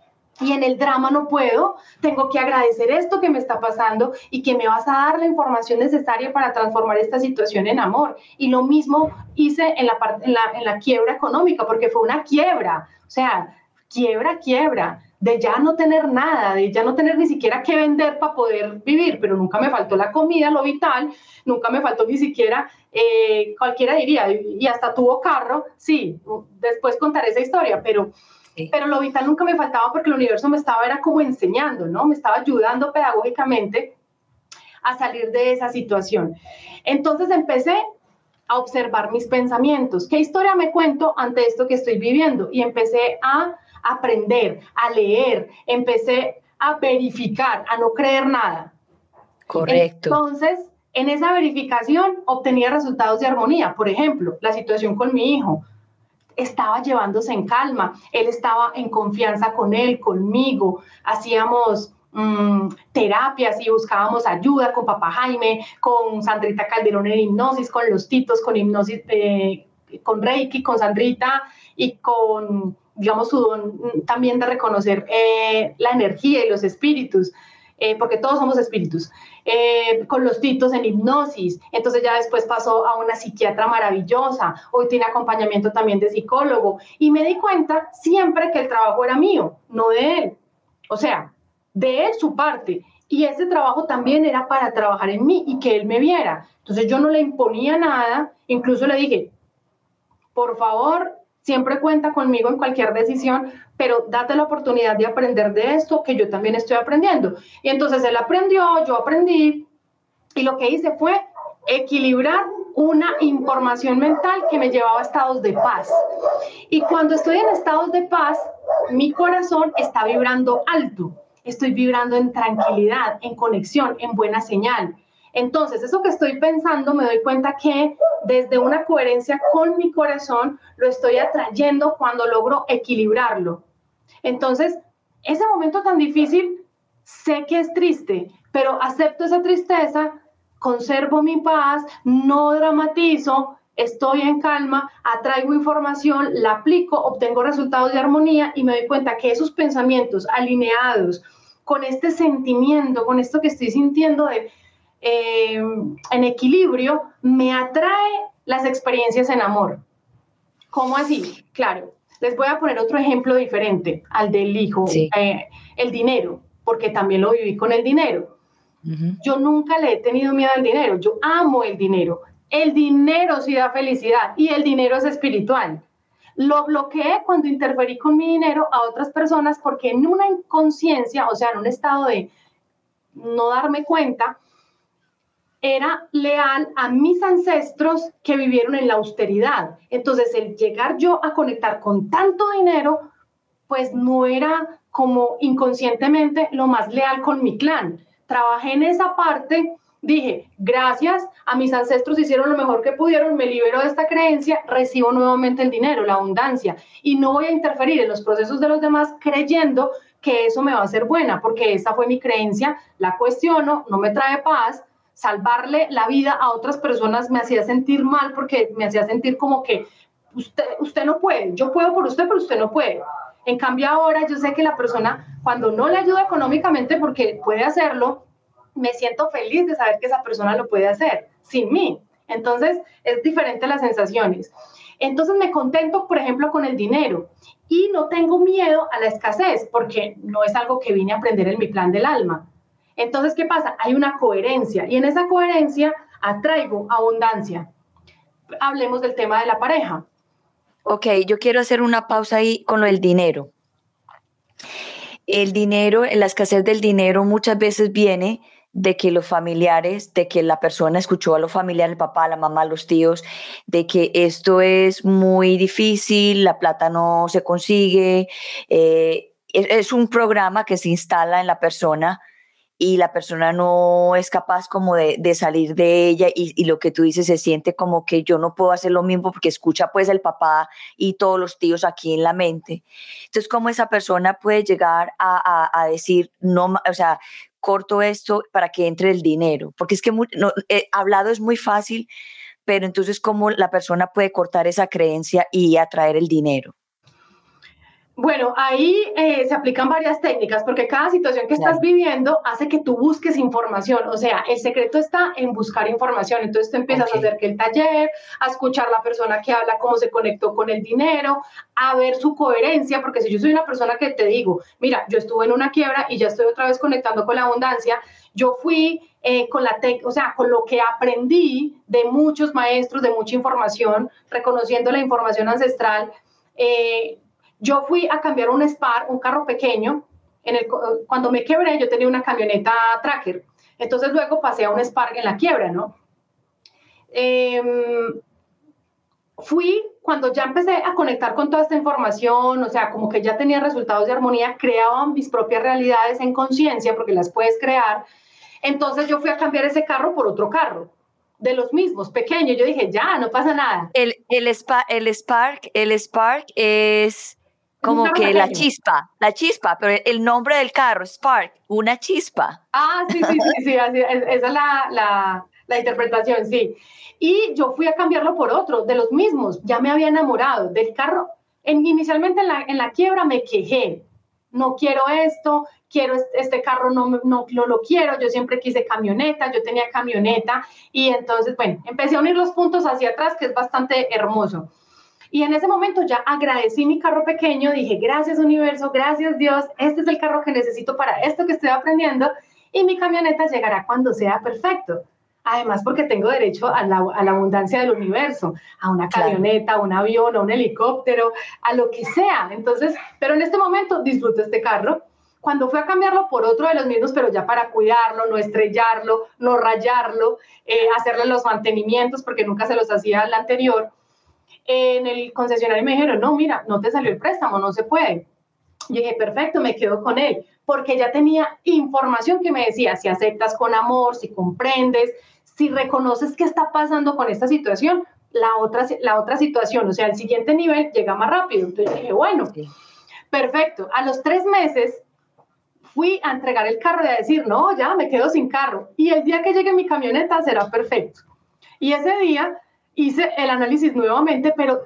Y en el drama no puedo, tengo que agradecer esto que me está pasando y que me vas a dar la información necesaria para transformar esta situación en amor. Y lo mismo hice en la, parte, en la, en la quiebra económica, porque fue una quiebra, o sea, quiebra, quiebra, de ya no tener nada, de ya no tener ni siquiera qué vender para poder vivir, pero nunca me faltó la comida, lo vital, nunca me faltó ni siquiera, eh, cualquiera diría, y hasta tuvo carro, sí, después contaré esa historia, pero... Pero lo vital nunca me faltaba porque el universo me estaba, era como enseñando, ¿no? Me estaba ayudando pedagógicamente a salir de esa situación. Entonces empecé a observar mis pensamientos. ¿Qué historia me cuento ante esto que estoy viviendo? Y empecé a aprender, a leer, empecé a verificar, a no creer nada. Correcto. Entonces, en esa verificación obtenía resultados de armonía. Por ejemplo, la situación con mi hijo estaba llevándose en calma, él estaba en confianza con él, conmigo, hacíamos mmm, terapias y buscábamos ayuda con Papá Jaime, con Sandrita Calderón en hipnosis, con los titos, con hipnosis, eh, con Reiki, con Sandrita y con, digamos, su don también de reconocer eh, la energía y los espíritus. Eh, porque todos somos espíritus, eh, con los titos en hipnosis. Entonces ya después pasó a una psiquiatra maravillosa, hoy tiene acompañamiento también de psicólogo, y me di cuenta siempre que el trabajo era mío, no de él, o sea, de él su parte, y ese trabajo también era para trabajar en mí y que él me viera. Entonces yo no le imponía nada, incluso le dije, por favor, siempre cuenta conmigo en cualquier decisión, pero date la oportunidad de aprender de esto, que yo también estoy aprendiendo. Y entonces él aprendió, yo aprendí, y lo que hice fue equilibrar una información mental que me llevaba a estados de paz. Y cuando estoy en estados de paz, mi corazón está vibrando alto, estoy vibrando en tranquilidad, en conexión, en buena señal. Entonces, eso que estoy pensando, me doy cuenta que desde una coherencia con mi corazón, lo estoy atrayendo cuando logro equilibrarlo. Entonces, ese momento tan difícil, sé que es triste, pero acepto esa tristeza, conservo mi paz, no dramatizo, estoy en calma, atraigo información, la aplico, obtengo resultados de armonía y me doy cuenta que esos pensamientos alineados con este sentimiento, con esto que estoy sintiendo de Eh, en equilibrio, me atrae las experiencias en amor. ¿Cómo así? Claro, les voy a poner otro ejemplo diferente al del hijo, sí. eh, el dinero, porque también lo viví con el dinero. Uh-huh. Yo nunca le he tenido miedo al dinero, yo amo el dinero. El dinero sí da felicidad y el dinero es espiritual. Lo bloqueé cuando interferí con mi dinero a otras personas porque en una inconsciencia, o sea, en un estado de no darme cuenta, era leal a mis ancestros que vivieron en la austeridad. Entonces, el llegar yo a conectar con tanto dinero, pues no era como inconscientemente lo más leal con mi clan. Trabajé en esa parte, dije, gracias a mis ancestros hicieron lo mejor que pudieron, me libero de esta creencia, recibo nuevamente el dinero, la abundancia, y no voy a interferir en los procesos de los demás creyendo que eso me va a hacer buena, porque esa fue mi creencia, la cuestiono, no me trae paz. Salvarle la vida a otras personas me hacía sentir mal porque me hacía sentir como que usted, usted no puede, yo puedo por usted, pero usted no puede. En cambio ahora yo sé que la persona cuando no le ayuda económicamente porque puede hacerlo, me siento feliz de saber que esa persona lo puede hacer sin mí. Entonces es diferente las sensaciones. Entonces me contento, por ejemplo, con el dinero y no tengo miedo a la escasez porque no es algo que vine a aprender en mi plan del alma. Entonces, ¿qué pasa? Hay una coherencia y en esa coherencia atraigo abundancia. Hablemos del tema de la pareja. Ok, yo quiero hacer una pausa ahí con lo del dinero. El dinero, la escasez del dinero muchas veces viene de que los familiares, de que la persona escuchó a los familiares, el papá, la mamá, los tíos, de que esto es muy difícil, la plata no se consigue. Eh, es, es un programa que se instala en la persona y la persona no es capaz como de, de salir de ella y, y lo que tú dices se siente como que yo no puedo hacer lo mismo porque escucha pues el papá y todos los tíos aquí en la mente. Entonces, ¿cómo esa persona puede llegar a, a, a decir, no, o sea, corto esto para que entre el dinero? Porque es que muy, no, eh, hablado es muy fácil, pero entonces, ¿cómo la persona puede cortar esa creencia y atraer el dinero? Bueno, ahí eh, se aplican varias técnicas porque cada situación que claro. estás viviendo hace que tú busques información. O sea, el secreto está en buscar información. Entonces tú empiezas okay. a hacer que el taller, a escuchar a la persona que habla cómo se conectó con el dinero, a ver su coherencia, porque si yo soy una persona que te digo, mira, yo estuve en una quiebra y ya estoy otra vez conectando con la abundancia, yo fui eh, con la te- o sea, con lo que aprendí de muchos maestros, de mucha información, reconociendo la información ancestral, eh, yo fui a cambiar un Spar, un carro pequeño. En el, cuando me quebré, yo tenía una camioneta Tracker. Entonces, luego pasé a un Spar en la quiebra, ¿no? Eh, fui, cuando ya empecé a conectar con toda esta información, o sea, como que ya tenía resultados de armonía, creaba mis propias realidades en conciencia, porque las puedes crear. Entonces yo fui a cambiar ese carro por otro carro, de los mismos, pequeño. Yo dije, ya, no pasa nada. El, el, spa, el Spark, el Spark es como que pequeño. la chispa, la chispa, pero el nombre del carro, Spark, una chispa. Ah, sí, sí, sí, sí, así, esa es la, la, la interpretación, sí. Y yo fui a cambiarlo por otro, de los mismos, ya me había enamorado del carro. En, inicialmente en la, en la quiebra me quejé, no quiero esto, quiero este carro, no, no, no lo quiero, yo siempre quise camioneta, yo tenía camioneta, y entonces, bueno, empecé a unir los puntos hacia atrás, que es bastante hermoso. Y en ese momento ya agradecí mi carro pequeño, dije, gracias universo, gracias Dios, este es el carro que necesito para esto que estoy aprendiendo, y mi camioneta llegará cuando sea perfecto. Además, porque tengo derecho a la, a la abundancia del universo, a una camioneta, claro, a un avión, a un helicóptero, a lo que sea. Entonces, pero en este momento disfruto este carro. Cuando fui a cambiarlo por otro de los mismos, pero ya para cuidarlo, no estrellarlo, no rayarlo, eh, hacerle los mantenimientos, porque nunca se los hacía al anterior, eh, en el concesionario me dijeron, no, mira, no te salió el préstamo, no se puede. Yo dije, perfecto, me quedo con él, porque ya tenía información que me decía, si aceptas con amor, si comprendes, si reconoces qué está pasando con esta situación, la otra, la otra situación, o sea, el siguiente nivel llega más rápido. Entonces dije, bueno, sí, perfecto. A los tres meses fui a entregar el carro y a decir, no, ya me quedo sin carro. Y el día que llegue mi camioneta será perfecto. Y ese día hice el análisis nuevamente, pero,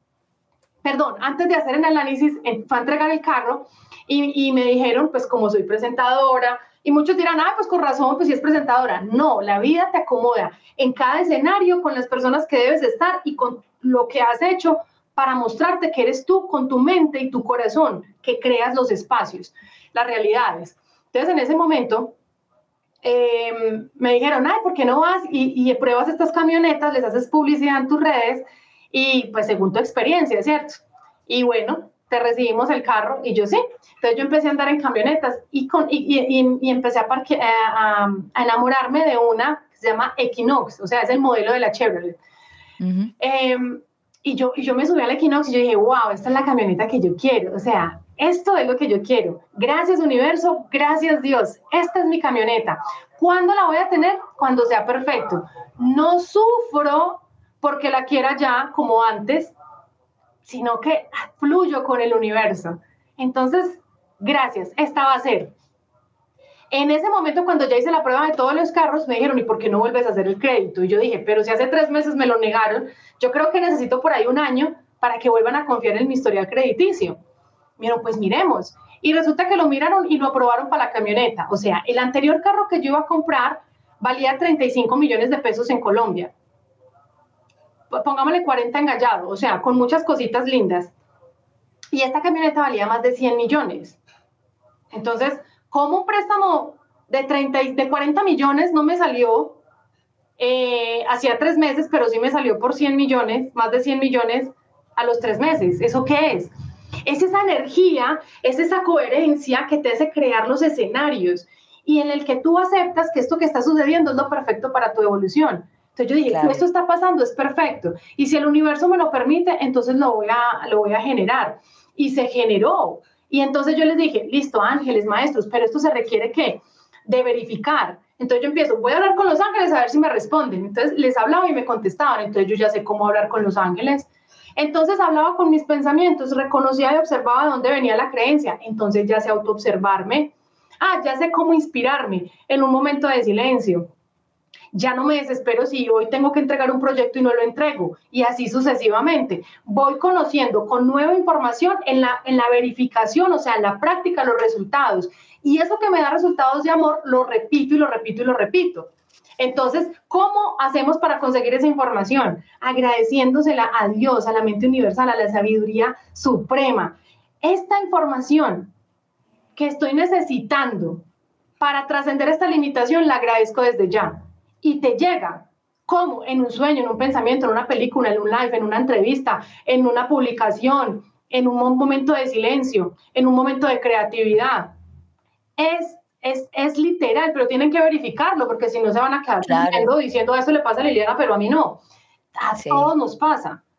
perdón, antes de hacer el análisis, fue a entregar el carro y, y me dijeron, pues como soy presentadora, y muchos dirán, ah, pues con razón, pues si es presentadora. No, la vida te acomoda en cada escenario con las personas que debes estar y con lo que has hecho para mostrarte que eres tú con tu mente y tu corazón, que creas los espacios, las realidades. Entonces, en ese momento, eh, me dijeron, ay, ¿por qué no vas y, y pruebas estas camionetas, les haces publicidad en tus redes y pues según tu experiencia, ¿cierto? Y bueno, te recibimos el carro y yo sí. Entonces yo empecé a andar en camionetas y, con, y, y, y empecé a, parque, a, a enamorarme de una que se llama Equinox, o sea, es el modelo de la Chevrolet. Uh-huh. eh, y, yo, y yo me subí al Equinox y yo dije, wow, esta es la camioneta que yo quiero, o sea, esto es lo que yo quiero. Gracias universo, gracias Dios, esta es mi camioneta. ¿Cuándo la voy a tener? Cuando sea perfecto. No sufro porque la quiera ya como antes, sino que fluyo con el universo. Entonces, gracias, esta va a ser. En ese momento, cuando ya hice la prueba de todos los carros, me dijeron, ¿y por qué no vuelves a hacer el crédito? Y yo dije, pero si hace tres meses me lo negaron, yo creo que necesito por ahí un año para que vuelvan a confiar en mi historial crediticio. Me dijeron, pues miremos. Y resulta que lo miraron y lo aprobaron para la camioneta. O sea, el anterior carro que yo iba a comprar valía treinta y cinco millones de pesos en Colombia. Pongámosle cuarenta engallado, o sea, con muchas cositas lindas. Y esta camioneta valía más de cien millones. Entonces, ¿cómo un préstamo de, treinta, de cuarenta millones no me salió eh, hacía tres meses, pero sí me salió por cien millones, más de cien millones a los tres meses? ¿Eso qué es? Es esa energía, es esa coherencia que te hace crear los escenarios y en el que tú aceptas que esto que está sucediendo es lo perfecto para tu evolución. Entonces yo dije, claro, esto está pasando, es perfecto. Y si el universo me lo permite, entonces lo voy a, lo voy a generar. Y se generó. Y entonces yo les dije, listo, ángeles, maestros, pero esto se requiere, ¿qué? De verificar. Entonces yo empiezo, voy a hablar con los ángeles a ver si me responden. Entonces les hablaba y me contestaban. Entonces yo ya sé cómo hablar con los ángeles. Entonces hablaba con mis pensamientos, reconocía y observaba de dónde venía la creencia. Entonces ya sé autoobservarme. Ah, ya sé cómo inspirarme en un momento de silencio. Ya no me desespero si hoy tengo que entregar un proyecto y no lo entrego, y así sucesivamente. Voy conociendo con nueva información en la, en la verificación, o sea, en la práctica, los resultados. Y eso que me da resultados de amor, lo repito y lo repito y lo repito. Entonces, ¿cómo hacemos para conseguir esa información? Agradeciéndosela a Dios, a la mente universal, a la sabiduría suprema. Esta información que estoy necesitando para trascender esta limitación, la agradezco desde ya. Y te llega, ¿cómo? En un sueño, en un pensamiento, en una película, en un live, en una entrevista, en una publicación, en un momento de silencio, en un momento de creatividad. Es, es, es literal, pero tienen que verificarlo, porque si no se van a quedar claro. diciendo, diciendo, eso le pasa a Liliana, pero a mí no. A sí. todos nos pasa.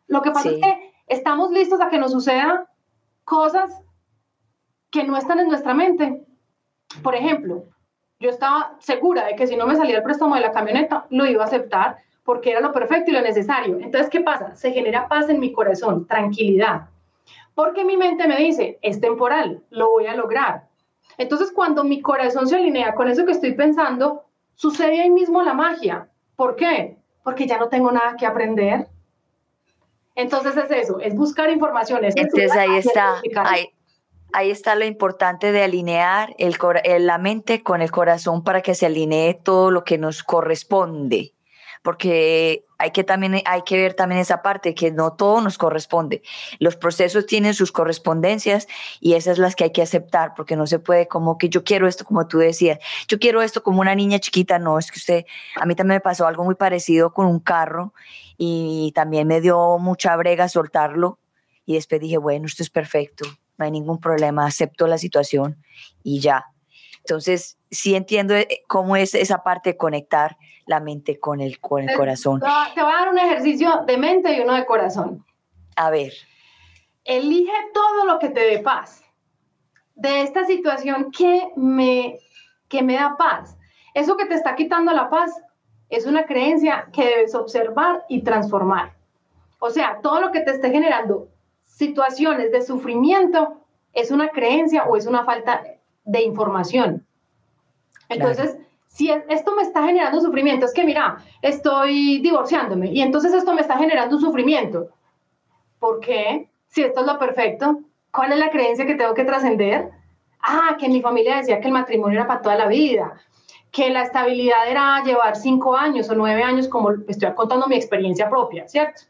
Lo que pasa Sí. es que estamos listos a que nos sucedan cosas que no están en nuestra mente. Por ejemplo, yo estaba segura de que si no me salía el préstamo de la camioneta, lo iba a aceptar porque era lo perfecto y lo necesario. Entonces, ¿qué pasa? Se genera paz en mi corazón, tranquilidad. Porque mi mente me dice, es temporal, lo voy a lograr. Entonces, cuando mi corazón se alinea con eso que estoy pensando, sucede ahí mismo la magia. ¿Por qué? Porque ya no tengo nada que aprender. Entonces es eso, es buscar información. Es Entonces ahí está, ahí, ahí está lo importante de alinear el, la mente con el corazón para que se alinee todo lo que nos corresponde. Porque hay que, también, hay que ver también esa parte, que no todo nos corresponde. Los procesos tienen sus correspondencias y esas las que hay que aceptar, porque no se puede como que yo quiero esto, como tú decías, yo quiero esto como una niña chiquita. No, es que usted, a mí también me pasó algo muy parecido con un carro y también me dio mucha brega soltarlo y después dije, bueno, esto es perfecto, no hay ningún problema, acepto la situación y ya. Entonces, sí entiendo cómo es esa parte de conectar la mente con el, con el corazón. Te voy a dar un ejercicio de mente y uno de corazón. A ver. Elige todo lo que te dé paz. De esta situación que me, que me da paz. Eso que te está quitando la paz es una creencia que debes observar y transformar. O sea, todo lo que te esté generando situaciones de sufrimiento es una creencia o es una falta de información. Entonces, claro. Si esto me está generando sufrimiento, es que mira, estoy divorciándome y entonces esto me está generando un sufrimiento. ¿Por qué? Si esto es lo perfecto, ¿cuál es la creencia que tengo que trascender? Ah, que mi familia decía que el matrimonio era para toda la vida, que la estabilidad era llevar cinco años o nueve años, como estoy contando mi experiencia propia, ¿cierto?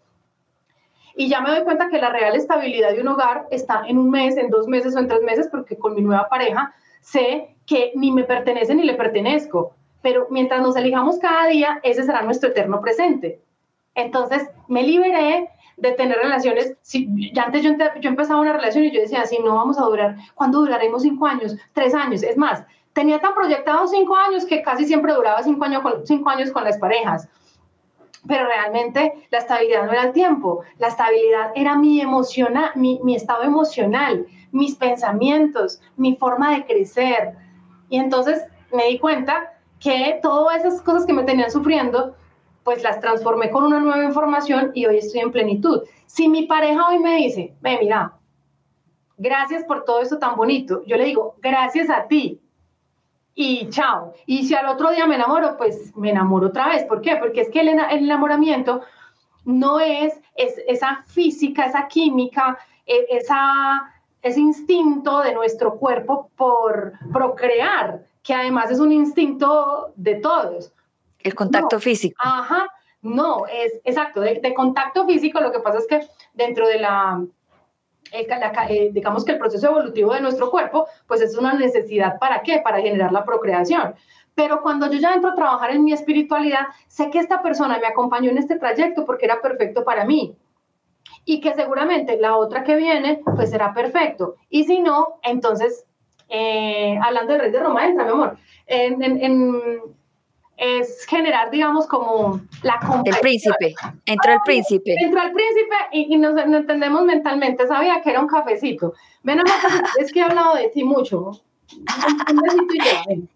Y ya me doy cuenta que la real estabilidad de un hogar está en un mes, en dos meses o en tres meses, porque con mi nueva pareja sé que ni me pertenece ni le pertenezco, pero mientras nos elijamos cada día, ese será nuestro eterno presente. Entonces, me liberé de tener relaciones. Si, ya antes yo, yo empezaba una relación y yo decía, si no vamos a durar, ¿cuándo duraremos cinco años? Tres años, es más, tenía tan proyectados cinco años que casi siempre duraba cinco años con, cinco años con las parejas. Pero realmente la estabilidad no era el tiempo, la estabilidad era mi, emociona, mi, mi estado emocional, mis pensamientos, mi forma de crecer. Y entonces me di cuenta que todas esas cosas que me tenían sufriendo, pues las transformé con una nueva información y hoy estoy en plenitud. Si mi pareja hoy me dice, ve, mira, gracias por todo esto tan bonito, yo le digo, gracias a ti. Y chao. Y si al otro día me enamoro, pues me enamoro otra vez. ¿Por qué? Porque es que el, el enamoramiento no es, es esa física, esa química, esa, ese instinto de nuestro cuerpo por procrear, que además es un instinto de todos. El contacto no, físico. Ajá, no, es exacto, de, de contacto físico. Lo que pasa es que dentro de la... Eh, la, eh, digamos que el proceso evolutivo de nuestro cuerpo, pues es una necesidad. ¿Para qué? Para generar la procreación. Pero cuando yo ya entro a trabajar en mi espiritualidad, sé que esta persona me acompañó en este trayecto porque era perfecto para mí. Y que seguramente la otra que viene, pues será perfecto. Y si no, entonces, eh, hablando del rey de Roma, entra, mi amor, en... en, en es generar, digamos, como la comprensión. El príncipe, entró el príncipe. Entró el príncipe y, y nos, nos entendemos mentalmente, sabía que era un cafecito. Ven, amor, es que he hablado de ti mucho. Un besito y ya, ven.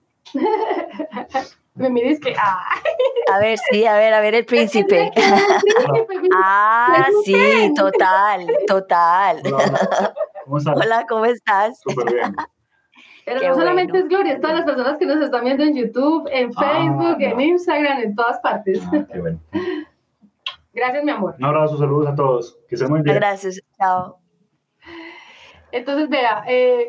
Me miras que, ay. A ver, sí, a ver, a ver el príncipe. Es que el príncipe ah, sí, total, total. Hola, ¿cómo estás? Hola, ¿cómo estás? Súper bien. Pero Qué no solamente bueno. Es Gloria, es todas las personas que nos están viendo en YouTube, en Facebook, ah, en Instagram, en todas partes. Ah, qué bueno. Gracias, mi amor. Un abrazo, saludos a todos. Que estén muy bien. Gracias, chao. Entonces, vea, eh,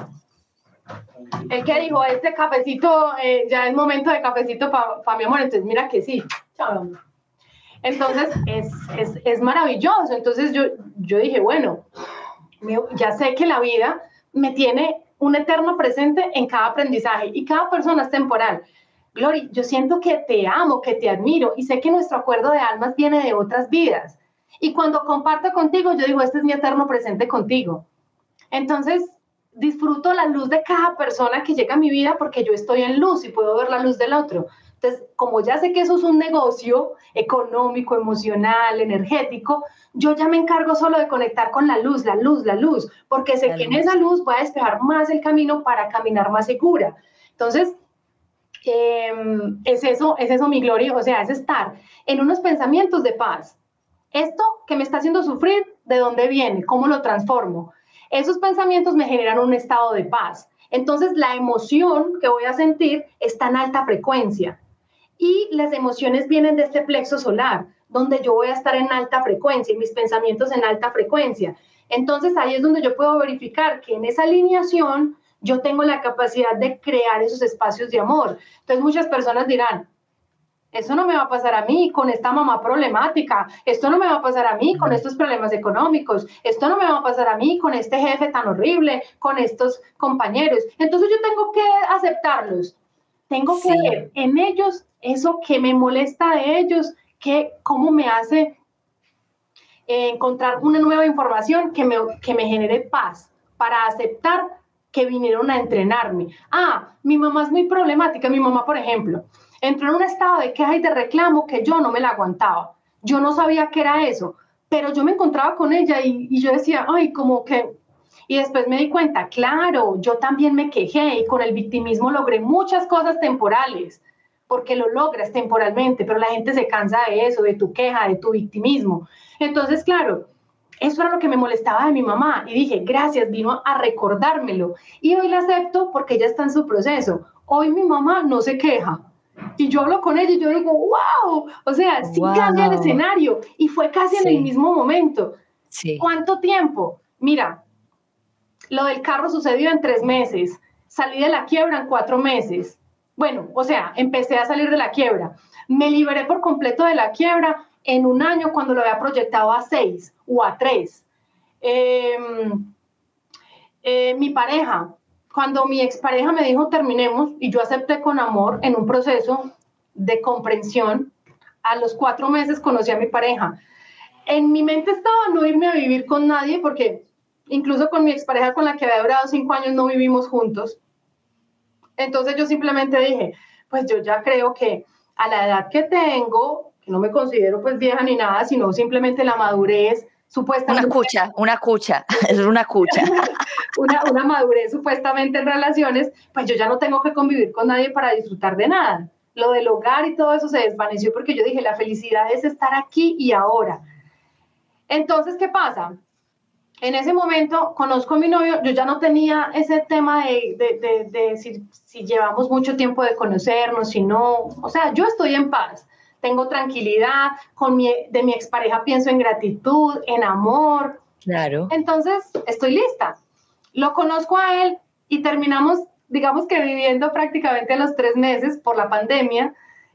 el que dijo, este cafecito, eh, ya es momento de cafecito para pa mi amor. Entonces, mira que sí. Chao, amor. Entonces, es, es, es maravilloso. Entonces, yo, yo dije, bueno, ya sé que la vida me tiene un eterno presente en cada aprendizaje y cada persona es temporal. Glory, yo siento que te amo, que te admiro y sé que nuestro acuerdo de almas viene de otras vidas. Y cuando comparto contigo, yo digo, este es mi eterno presente contigo. Entonces, disfruto la luz de cada persona que llega a mi vida porque yo estoy en luz y puedo ver la luz del otro. Entonces, como ya sé que eso es un negocio económico, emocional, energético, yo ya me encargo solo de conectar con la luz, la luz, la luz, porque sé La que en luz. esa luz voy a despejar más el camino para caminar más segura. Entonces, eh, es eso, es eso mi gloria, o sea, es estar en unos pensamientos de paz. Esto que me está haciendo sufrir, ¿de dónde viene? ¿Cómo lo transformo? Esos pensamientos me generan un estado de paz. Entonces, la emoción que voy a sentir está en alta frecuencia. Y las emociones vienen de este plexo solar, donde yo voy a estar en alta frecuencia y mis pensamientos en alta frecuencia. Entonces, ahí es donde yo puedo verificar que en esa alineación yo tengo la capacidad de crear esos espacios de amor. Entonces, muchas personas dirán, eso no me va a pasar a mí con esta mamá problemática, esto no me va a pasar a mí con estos problemas económicos, esto no me va a pasar a mí con este jefe tan horrible, con estos compañeros. Entonces yo tengo que aceptarlos, tengo que Sí. ver en ellos eso que me molesta de ellos, que cómo me hace eh, encontrar una nueva información que me, que me genere paz para aceptar que vinieron a entrenarme. Ah, mi mamá es muy problemática, mi mamá, por ejemplo, entró en un estado de queja y de reclamo que yo no me la aguantaba. Yo no sabía qué era eso, pero yo me encontraba con ella y, y yo decía, ay, como que... Y después me di cuenta, claro, yo también me quejé y con el victimismo logré muchas cosas temporales, porque lo logras temporalmente, pero la gente se cansa de eso, de tu queja, de tu victimismo. Entonces, claro, eso era lo que me molestaba de mi mamá y dije, gracias, vino a recordármelo. Y hoy la acepto porque ella está en su proceso. Hoy mi mamá no se queja. Y yo hablo con ella y yo digo, wow, o sea, sí Wow. cambia el escenario. Y fue casi Sí. en el mismo momento. Sí. ¿Cuánto tiempo? Mira, lo del carro sucedió en tres meses. Salí de la quiebra en cuatro meses. Bueno, o sea, empecé a salir de la quiebra. Me liberé por completo de la quiebra en un año cuando lo había proyectado a seis o a tres. Eh, eh, mi pareja, cuando mi expareja me dijo terminemos y yo acepté con amor en un proceso de comprensión, a los cuatro meses conocí a mi pareja. En mi mente estaba no irme a vivir con nadie porque incluso con mi expareja con la que había durado cinco años no vivimos juntos. Entonces yo simplemente dije, pues yo ya creo que a la edad que tengo, que no me considero pues vieja ni nada, sino simplemente la madurez, supuestamente... Una cucha, una cucha, es una cucha. una, una madurez supuestamente en relaciones, pues yo ya no tengo que convivir con nadie para disfrutar de nada. Lo del hogar y todo eso se desvaneció porque yo dije, la felicidad es estar aquí y ahora. Entonces, ¿qué pasa? En ese momento conozco a mi novio, yo ya no tenía ese tema de, de, de, de si, si llevamos mucho tiempo de conocernos, si no, o sea, yo estoy en paz, tengo tranquilidad, con mi, de mi expareja pienso en gratitud, en amor. Claro. Entonces, estoy lista. Lo conozco a él y terminamos, digamos que viviendo prácticamente a los tres meses por la pandemia.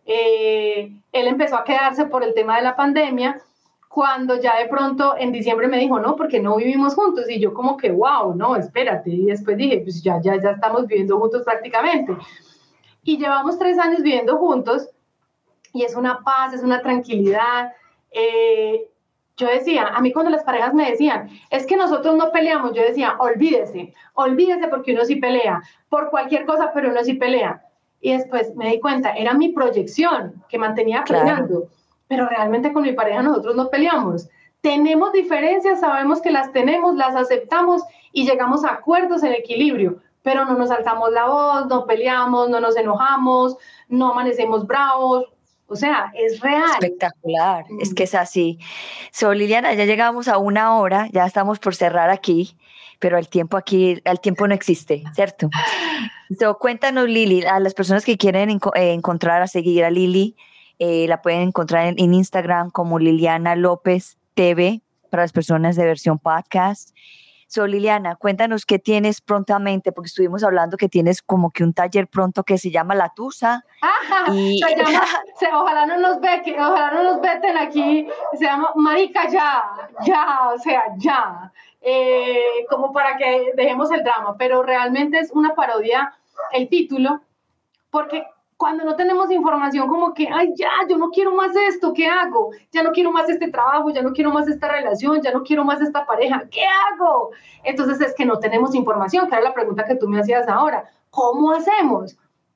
Eh, él empezó a quedarse por el tema de la pandemia, cuando ya de pronto en diciembre me dijo, no, porque no vivimos juntos, y yo como que, wow, no, espérate, y después dije, pues ya, ya, ya estamos viviendo juntos prácticamente, y llevamos tres años viviendo juntos, y es una paz, es una tranquilidad. eh, yo decía, a mí cuando las parejas me decían, es que nosotros no peleamos, yo decía, olvídese, olvídese porque uno sí pelea, por cualquier cosa, pero uno sí pelea, y después me di cuenta, era mi proyección que mantenía peleando, claro. Pero realmente con mi pareja nosotros no peleamos. Tenemos diferencias, sabemos que las tenemos, las aceptamos y llegamos a acuerdos en equilibrio, pero no nos alzamos la voz, no peleamos, no nos enojamos, no amanecemos bravos. O sea, es real. Espectacular, mm. es que es así. So, Liliana, ya llegamos a una hora, ya estamos por cerrar aquí, pero el tiempo aquí, el tiempo no existe, ¿cierto? So, cuéntanos, Lili, a las personas que quieren enco- eh, encontrar, a seguir a Lili, Eh, la pueden encontrar en, en Instagram como Liliana López T V para las personas de versión podcast. So, Liliana, cuéntanos qué tienes prontamente, porque estuvimos hablando que tienes como que un taller pronto que se llama La Tusa. Ajá, y... se llama, se, ojalá no nos bequen, ojalá no nos veten aquí, se llama Marica ya, ya, o sea, ya, eh, como para que dejemos el drama, pero realmente es una parodia el título, porque cuando no tenemos información como que, ay, ya, yo no quiero más esto, ¿qué hago? Ya no quiero más este trabajo, ya no quiero más esta relación, ya no quiero más esta pareja, ¿qué hago? Entonces es que no tenemos información, que era la pregunta que tú me hacías ahora. ¿Cómo hacemos?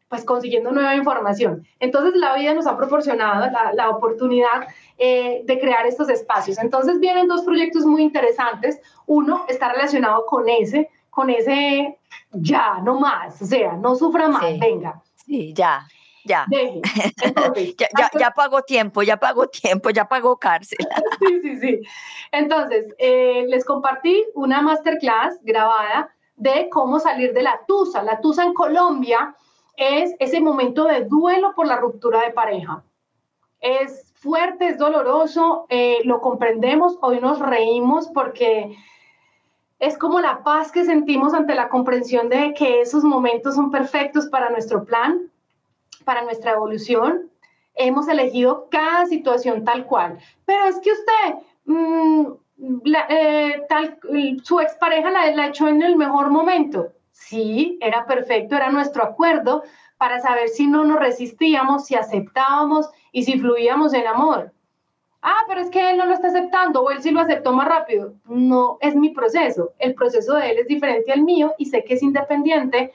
pues consiguiendo nueva información. Entonces la vida nos ha proporcionado la, la oportunidad eh, de crear estos espacios. Entonces vienen dos proyectos muy interesantes. Uno está relacionado con ese, con ese ya, no más, o sea, no sufra más, Sí, venga. Sí, ya, ya. Deje. Entonces, ya, ya, ya pagó tiempo, ya pagó tiempo, ya pagó cárcel. sí, sí, sí. Entonces, eh, les compartí una masterclass grabada de cómo salir de la tusa. La tusa en Colombia es ese momento de duelo por la ruptura de pareja. Es fuerte, es doloroso, eh, lo comprendemos, hoy nos reímos porque es como la paz que sentimos ante la comprensión de que esos momentos son perfectos para nuestro plan, para nuestra evolución. Hemos elegido cada situación tal cual. Pero es que usted, mmm, la, eh, tal, su expareja la, la echó en el mejor momento. Sí, era perfecto, era nuestro acuerdo para saber si no nos resistíamos, si aceptábamos y si fluíamos en amor. Ah, pero es que él no lo está aceptando o él sí lo aceptó más rápido. No, es mi proceso. El proceso de él es diferente al mío y sé que es independiente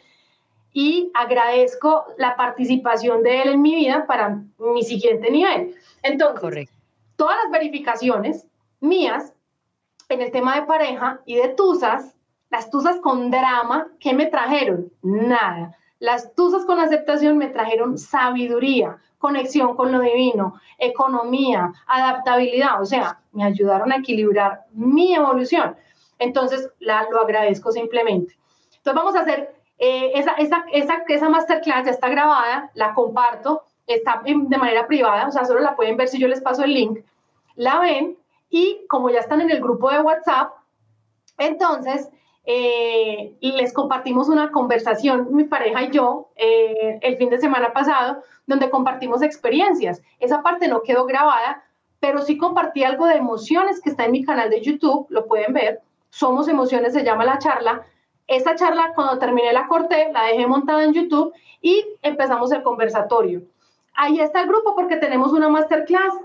y agradezco la participación de él en mi vida para mi siguiente nivel. Entonces, Correcto. Todas las verificaciones mías en el tema de pareja y de tusas, las tusas con drama, ¿qué me trajeron? Nada. Las tusas con aceptación me trajeron sabiduría, conexión con lo divino, economía, adaptabilidad, o sea, me ayudaron a equilibrar mi evolución. Entonces, la, lo agradezco simplemente. Entonces, vamos a hacer eh, esa, esa, esa, esa masterclass, ya está grabada, la comparto, está en, de manera privada, o sea, solo la pueden ver si yo les paso el link, la ven y como ya están en el grupo de WhatsApp, entonces eh, les compartimos una conversación, mi pareja y yo, eh, el fin de semana pasado, donde compartimos experiencias. Esa parte no quedó grabada, pero sí compartí algo de emociones que está en mi canal de YouTube, lo pueden ver, Somos Emociones se llama la charla. Esa charla, cuando terminé la corté, la dejé montada en YouTube y empezamos el conversatorio. Ahí está el grupo porque tenemos una masterclass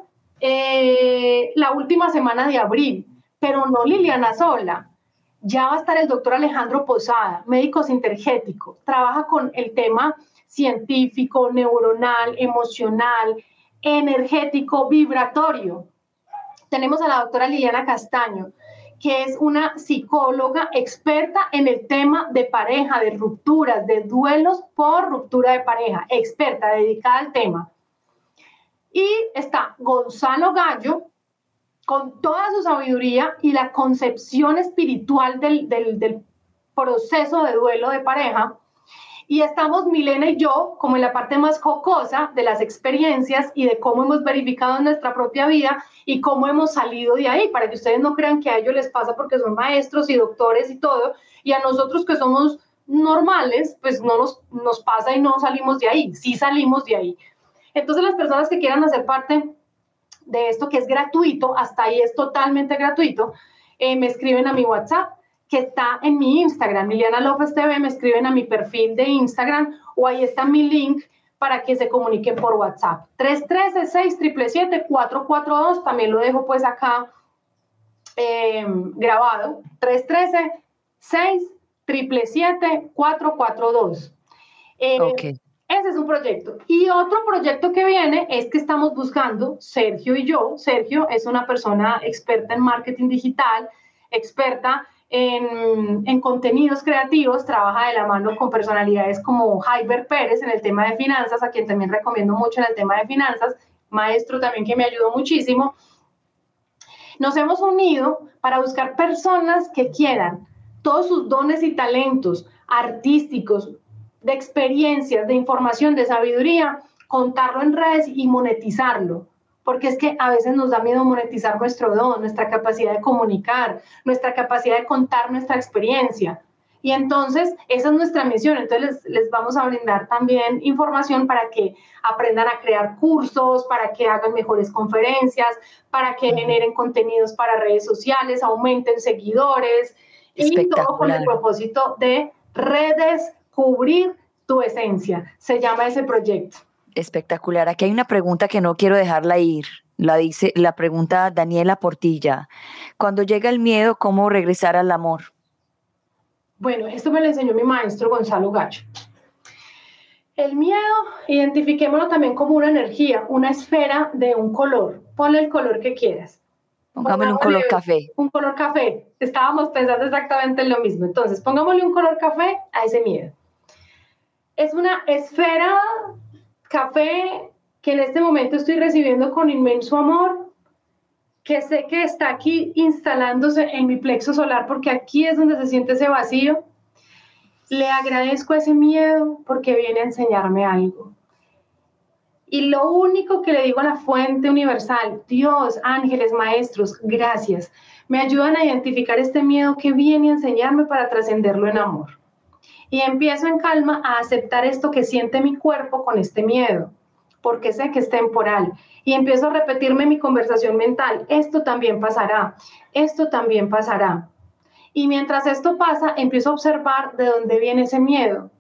eh, la última semana de abril, pero no Liliana sola. Ya va a estar el doctor Alejandro Posada, médico sintergético, trabaja con el tema científico, neuronal, emocional, energético, vibratorio. Tenemos a la doctora Liliana Castaño, que es una psicóloga experta en el tema de pareja, de rupturas, de duelos por ruptura de pareja, experta, dedicada al tema. Y está Gonzalo Gallo, con toda su sabiduría y la concepción espiritual del, del, del proceso de duelo de pareja. Y estamos Milena y yo como en la parte más jocosa de las experiencias y de cómo hemos verificado en nuestra propia vida y cómo hemos salido de ahí, para que ustedes no crean que a ellos les pasa porque son maestros y doctores y todo, y a nosotros que somos normales, pues no nos, nos pasa y no salimos de ahí, sí salimos de ahí. Entonces las personas que quieran hacer parte de esto, que es gratuito, hasta ahí es totalmente gratuito, eh, me escriben a mi WhatsApp, que está en mi Instagram, Liliana López T V, me escriben a mi perfil de Instagram o ahí está mi link para que se comuniquen por WhatsApp. tres uno tres, seis siete siete, cuatro cuatro dos, también lo dejo pues acá eh, grabado, tres uno tres, seis siete siete, cuatro cuatro dos. Eh, okay. Ese es un proyecto. Y otro proyecto que viene es que estamos buscando, Sergio y yo, Sergio es una persona experta en marketing digital, experta En, en contenidos creativos, trabaja de la mano con personalidades como Jaiber Pérez en el tema de finanzas, a quien también recomiendo mucho en el tema de finanzas, maestro también que me ayudó muchísimo. Nos hemos unido para buscar personas que quieran todos sus dones y talentos artísticos, de experiencias, de información, de sabiduría, contarlo en redes y monetizarlo. Porque es que a veces nos da miedo monetizar nuestro don, nuestra capacidad de comunicar, nuestra capacidad de contar nuestra experiencia. Y entonces, esa es nuestra misión. Entonces, les, les vamos a brindar también información para que aprendan a crear cursos, para que hagan mejores conferencias, para que generen contenidos para redes sociales, aumenten seguidores, y todo con el propósito de redescubrir tu esencia. Se llama ese proyecto. Espectacular. Aquí hay una pregunta que no quiero dejarla ir. La dice, la pregunta Daniela Portilla. Cuando llega el miedo, ¿cómo regresar al amor? Bueno, esto me lo enseñó mi maestro Gonzalo Gallo. El miedo, identifiquémoslo también como una energía, una esfera de un color. Ponle el color que quieras. Pongámosle un color café. Un color café. Estábamos pensando exactamente en lo mismo. Entonces, pongámosle un color café a ese miedo. Es una esfera café que en este momento estoy recibiendo con inmenso amor, que sé que está aquí instalándose en mi plexo solar, porque aquí es donde se siente ese vacío. Le agradezco ese miedo porque viene a enseñarme algo. Y lo único que le digo a la fuente universal, Dios, ángeles, maestros, gracias, me ayudan a identificar este miedo que viene a enseñarme para trascenderlo en amor. Y empiezo en calma a aceptar esto que siente mi cuerpo con este miedo, porque sé que es temporal. Y empiezo a repetirme mi conversación mental, esto también pasará, esto también pasará. Y mientras esto pasa, empiezo a observar de dónde viene ese miedo.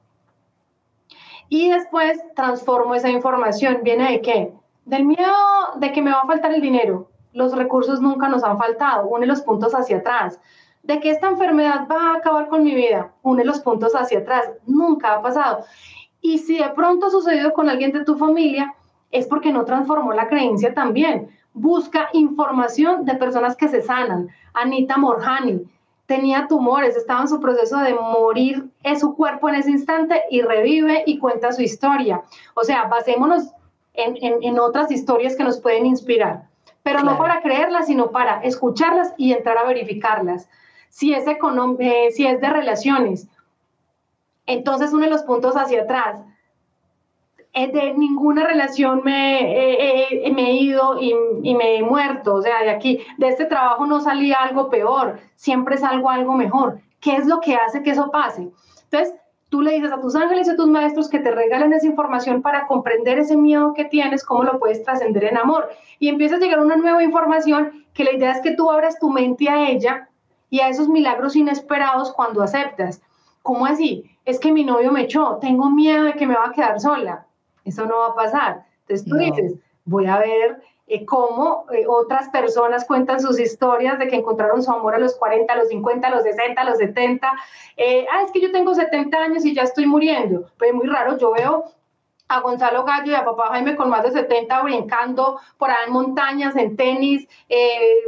Y después transformo esa información. ¿Viene de qué? Del miedo de que me va a faltar el dinero. Los recursos nunca nos han faltado. Une los puntos hacia atrás. De que esta enfermedad va a acabar con mi vida. Une los puntos hacia atrás. Nunca ha pasado. Y si de pronto ha sucedido con alguien de tu familia, es porque no transformó la creencia también. Busca información de personas que se sanan. Anita Morjani tenía tumores, estaba en su proceso de morir en su cuerpo en ese instante y revive y cuenta su historia. O sea, basémonos en, en, en otras historias que nos pueden inspirar, pero claro, no para creerlas, sino para escucharlas y entrar a verificarlas. Si es, eh, si es de relaciones, entonces uno de los puntos hacia atrás. De ninguna relación me, eh, eh, me he ido y, y me he muerto, o sea, de aquí, de este trabajo no salía algo peor, siempre salgo algo mejor. ¿Qué es lo que hace que eso pase? Entonces, tú le dices a tus ángeles y a tus maestros que te regalen esa información para comprender ese miedo que tienes, cómo lo puedes trascender en amor. Y empieza a llegar una nueva información que la idea es que tú abras tu mente a ella y a esos milagros inesperados cuando aceptas. ¿Cómo así? Es que mi novio me echó, tengo miedo de que me va a quedar sola. Eso no va a pasar. Entonces tú no. dices, voy a ver eh, cómo eh, otras personas cuentan sus historias de que encontraron su amor a los cuarenta, a los cincuenta, a los sesenta, a los setenta. Eh, ah, es que yo tengo setenta años y ya estoy muriendo. Pues muy raro, yo veo a Gonzalo Gallo y a papá Jaime con más de setenta brincando por ahí en montañas, en tenis, eh,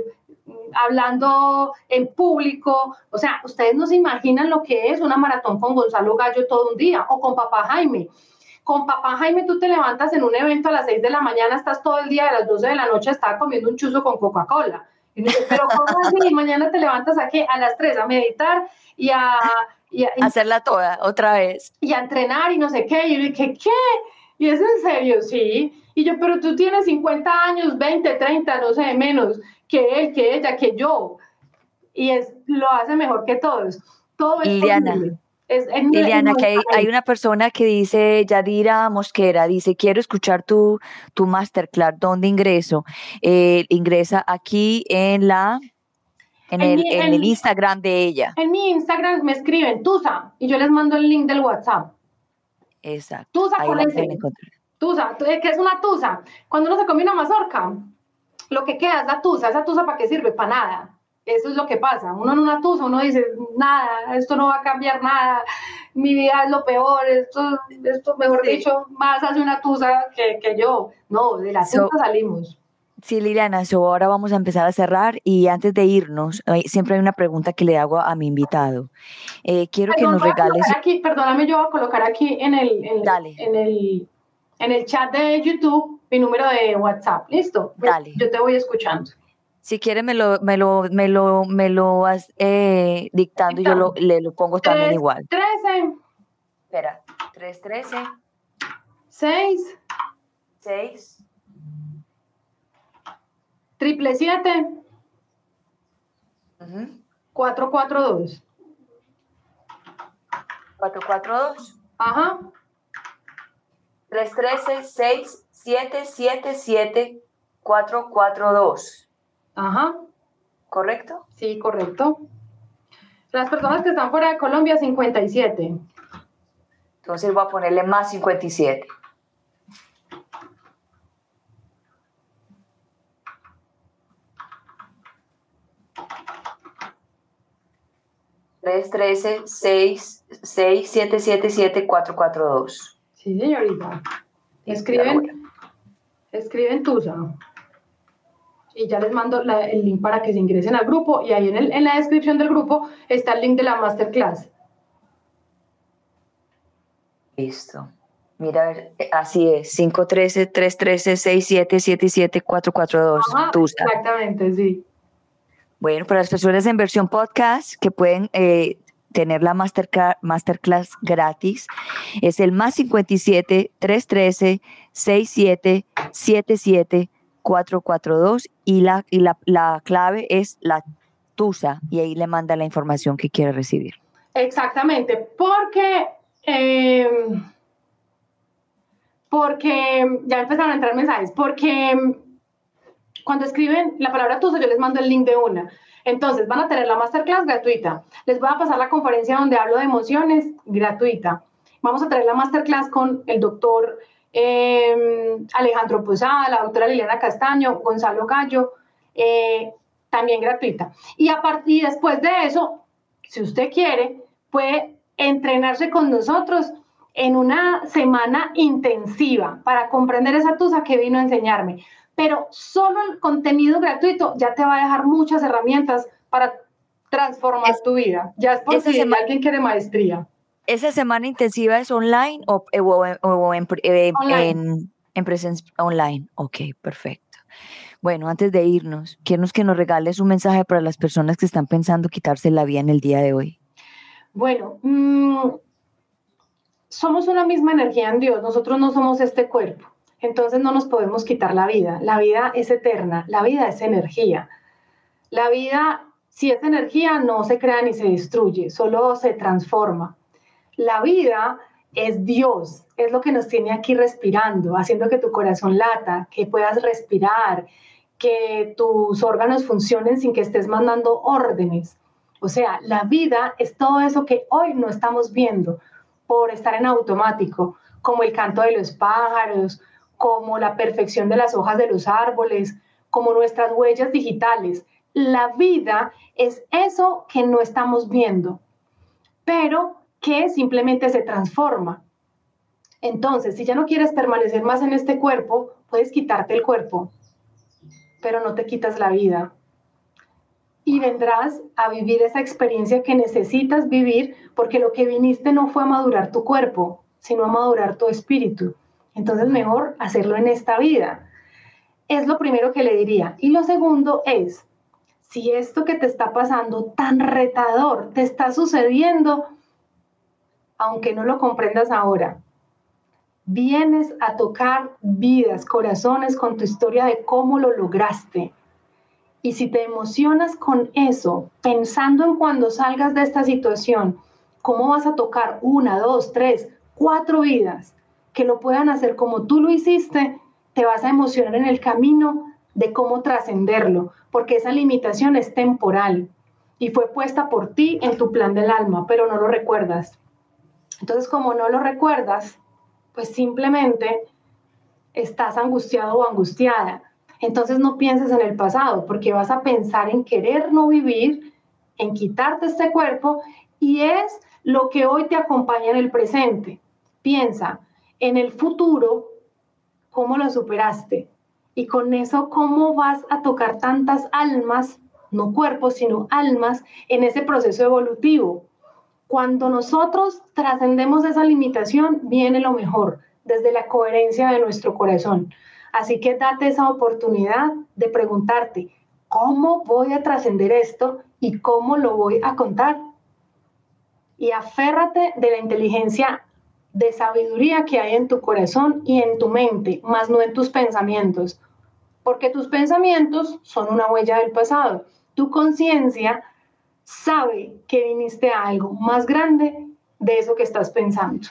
hablando en público. O sea, ustedes no se imaginan lo que es una maratón con Gonzalo Gallo todo un día o con papá Jaime. Con papá Jaime tú te levantas en un evento a las seis de la mañana, estás todo el día, a las doce de la noche estás comiendo un chuzo con Coca-Cola. Y uno dice, pero ¿cómo así? Mañana te levantas aquí a las tres a meditar y a... Y a hacerla toda, otra vez. Y a entrenar y no sé qué. Y yo dije, ¿qué? ¿Y es en serio? Sí. Y yo, pero tú tienes cincuenta años, veinte, treinta, no sé, menos que él, que ella, que yo. Y es, lo hace mejor que todos. Todo es Liliana. posible. Es, es, Liliana, que hay, hay una persona que dice, Yadira Mosquera, dice, quiero escuchar tu, tu masterclass, ¿dónde ingreso? Eh, ingresa aquí en la en, en, el, mi, en, en el Instagram de ella. En mi Instagram me escriben, Tusa, y yo les mando el link del WhatsApp. Exacto. Tusa ahí con la ese. Tusa, ¿qué es una tusa? Cuando uno se come una mazorca, lo que queda es la tusa. ¿Esa tusa para qué sirve? Para nada. Eso es lo que pasa. Uno en una tusa, uno dice, nada, esto no va a cambiar nada, mi vida es lo peor, esto, esto mejor sí. dicho, más hace una tusa que, que yo. No, de la tusa so, salimos. Sí, Liliana, so ahora vamos a empezar a cerrar y antes de irnos, hay, siempre hay una pregunta que le hago a, a mi invitado. Eh, quiero Perdón, que nos regales... Aquí, perdóname, yo voy a colocar aquí en el, en, Dale. en el, en el chat de YouTube mi número de WhatsApp. ¿Listo? Dale. Yo te voy escuchando. Si quieres me lo, me lo, me lo, me lo vas eh, dictando y yo lo, le lo pongo tres, también igual. trece. Espera, tres, trece. seis. seis. Triple siete. Uh-huh. cuatro cuatro dos. cuatro cuatro dos. Ajá. tres trece, seis siete siete siete, cuatro cuatro dos. Ajá. ¿Correcto? Sí, correcto. Las personas que están fuera de Colombia, cincuenta y siete. Entonces voy a ponerle más cincuenta y siete. tres trece, seis siete siete siete, cuatro cuatro dos. Sí, señorita. Escriben, escriben Tusa. Y ya les mando la, el link para que se ingresen al grupo. Y ahí en, el, en la descripción del grupo está el link de la masterclass. Listo. Mira, a ver, así es, cinco uno tres, tres uno tres, seis siete siete siete cuatro cuatro dos. Ajá, Tusa. exactamente, sí. Bueno, para las personas en versión podcast que pueden eh, tener la masterclass, masterclass gratis, es el más cincuenta y siete, trescientos trece, sesenta y siete, setenta y siete, cuatrocientos cuarenta y dos y la, y la, la clave es la Tusa y ahí le manda la información que quiere recibir. Exactamente, porque... Eh, porque ya empezaron a entrar mensajes, porque cuando escriben la palabra Tusa yo les mando el link de una. Entonces van a tener la masterclass gratuita. Les voy a pasar la conferencia donde hablo de emociones gratuita. Vamos a tener la masterclass con el doctor eh, Alejandro Posada, la doctora Liliana Castaño, Gonzalo Gallo, eh, también gratuita. Y, a partir, después de eso, si usted quiere, puede entrenarse con nosotros en una semana intensiva para comprender esa Tusa que vino a enseñarme. Pero solo el contenido gratuito ya te va a dejar muchas herramientas para transformar es, tu vida. Ya es por si semana, alguien quiere maestría. ¿Esa semana intensiva es online o, o, o en, eh, online. en, en presencia online? Ok, perfecto. Bueno, antes de irnos, quiero que nos regales un mensaje para las personas que están pensando quitarse la vida en el día de hoy. Bueno, mmm, somos una misma energía en Dios, nosotros no somos este cuerpo, entonces no nos podemos quitar la vida. La vida es eterna, la vida es energía. La vida, si es energía, no se crea ni se destruye, solo se transforma. La vida es Dios, es lo que nos tiene aquí respirando, haciendo que tu corazón lata, que puedas respirar, que tus órganos funcionen sin que estés mandando órdenes. O sea, la vida es todo eso que hoy no estamos viendo por estar en automático, como el canto de los pájaros, como la perfección de las hojas de los árboles, como nuestras huellas digitales. La vida es eso que no estamos viendo, pero que simplemente se transforma. Entonces, si ya no quieres permanecer más en este cuerpo, puedes quitarte el cuerpo, pero no te quitas la vida. Y vendrás a vivir esa experiencia que necesitas vivir, porque lo que viniste no fue a madurar tu cuerpo, sino a madurar tu espíritu. Entonces, mejor hacerlo en esta vida. Es lo primero que le diría. Y lo segundo es, si esto que te está pasando tan retador te está sucediendo, aunque no lo comprendas ahora, vienes a tocar vidas, corazones con tu historia de cómo lo lograste. Y si te emocionas con eso, pensando en cuando salgas de esta situación, cómo vas a tocar una, dos, tres, cuatro vidas que lo puedan hacer como tú lo hiciste, te vas a emocionar en el camino de cómo trascenderlo, porque esa limitación es temporal y fue puesta por ti en tu plan del alma, pero no lo recuerdas. Entonces, como no lo recuerdas, pues simplemente estás angustiado o angustiada. Entonces no pienses en el pasado, porque vas a pensar en querer no vivir, en quitarte este cuerpo, y es lo que hoy te acompaña en el presente. Piensa en el futuro, cómo lo superaste, y con eso cómo vas a tocar tantas almas, no cuerpos, sino almas, en ese proceso evolutivo. Cuando nosotros trascendemos esa limitación, viene lo mejor, desde la coherencia de nuestro corazón. Así que date esa oportunidad de preguntarte, ¿cómo voy a trascender esto y cómo lo voy a contar? Y aférrate de la inteligencia de sabiduría que hay en tu corazón y en tu mente, más no en tus pensamientos, porque tus pensamientos son una huella del pasado. Tu conciencia sabe que viniste a algo más grande de eso que estás pensando.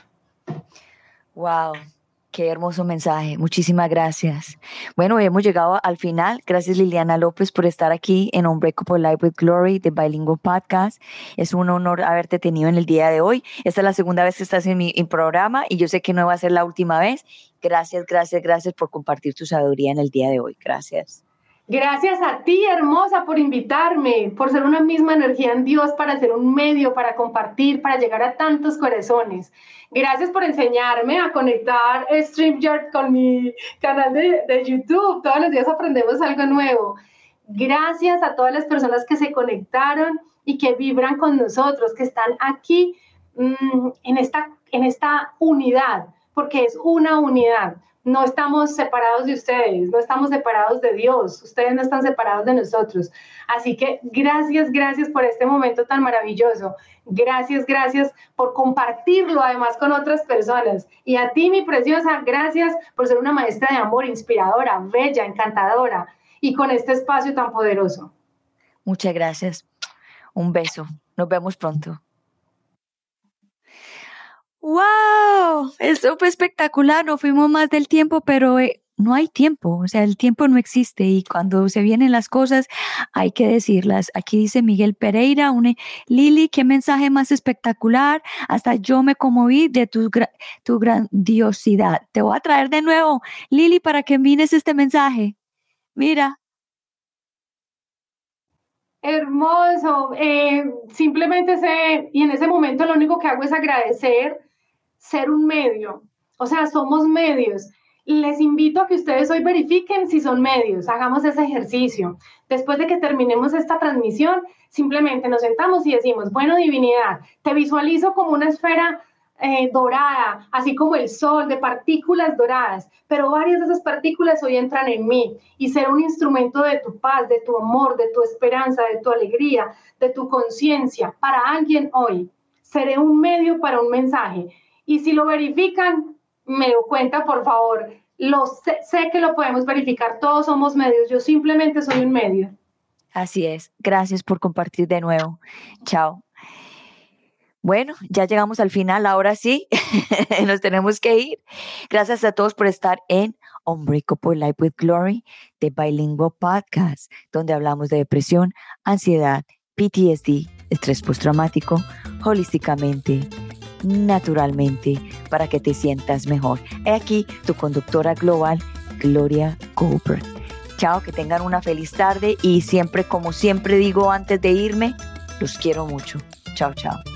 Wow. Qué hermoso mensaje. Muchísimas gracias. Bueno, hemos llegado al final. Gracias, Liliana López, por estar aquí en Unbreakable Life with Glory de Bilingual Podcast. Es un honor haberte tenido en el día de hoy. Esta es la segunda vez que estás en mi en programa y yo sé que no va a ser la última vez. Gracias, gracias, gracias por compartir tu sabiduría en el día de hoy. Gracias. Gracias a ti, hermosa, por invitarme, por ser una misma energía en Dios, para ser un medio, para compartir, para llegar a tantos corazones. Gracias por enseñarme a conectar StreamYard con mi canal de, de YouTube. Todos los días aprendemos algo nuevo. Gracias a todas las personas que se conectaron y que vibran con nosotros, que están aquí mmm, en, esta, en esta unidad, porque es una unidad. No estamos separados de ustedes, no estamos separados de Dios, ustedes no están separados de nosotros. Así que gracias, gracias por este momento tan maravilloso. Gracias, gracias por compartirlo además con otras personas. Y a ti, mi preciosa, gracias por ser una maestra de amor, inspiradora, bella, encantadora y con este espacio tan poderoso. Muchas gracias. Un beso. Nos vemos pronto. ¡Wow! Eso fue espectacular. No fuimos más del tiempo, pero eh, no hay tiempo. O sea, el tiempo no existe y cuando se vienen las cosas hay que decirlas. Aquí dice Miguel Pereira, une, Lili, qué mensaje más espectacular. Hasta yo me conmoví de tu, tu grandiosidad. Te voy a traer de nuevo, Lili, para que envíes este mensaje. Mira. Hermoso. Eh, simplemente sé, y en ese momento lo único que hago es agradecer ser un medio. O sea, somos medios. Les invito a que ustedes hoy verifiquen si son medios. Hagamos ese ejercicio. Después de que terminemos esta transmisión, simplemente nos sentamos y decimos, bueno, divinidad, te visualizo como una esfera eh, dorada, así como el sol, de partículas doradas, pero varias de esas partículas hoy entran en mí y ser un instrumento de tu paz, de tu amor, de tu esperanza, de tu alegría, de tu conciencia para alguien hoy. Seré un medio para un mensaje. Y si lo verifican, me lo cuenta, por favor. Lo sé, sé que lo podemos verificar. Todos somos medios. Yo simplemente soy un medio. Así es. Gracias por compartir de nuevo. Chao. Bueno, ya llegamos al final. Ahora sí, nos tenemos que ir. Gracias a todos por estar en Unbreakable Life with Glory, de Bilingual Podcast, donde hablamos de depresión, ansiedad, P T S D, estrés postraumático, holísticamente, naturalmente, para que te sientas mejor. He aquí tu conductora global, Gloria Goldberg. Chao, que tengan una feliz tarde y siempre, como siempre digo antes de irme, los quiero mucho. Chao, chao.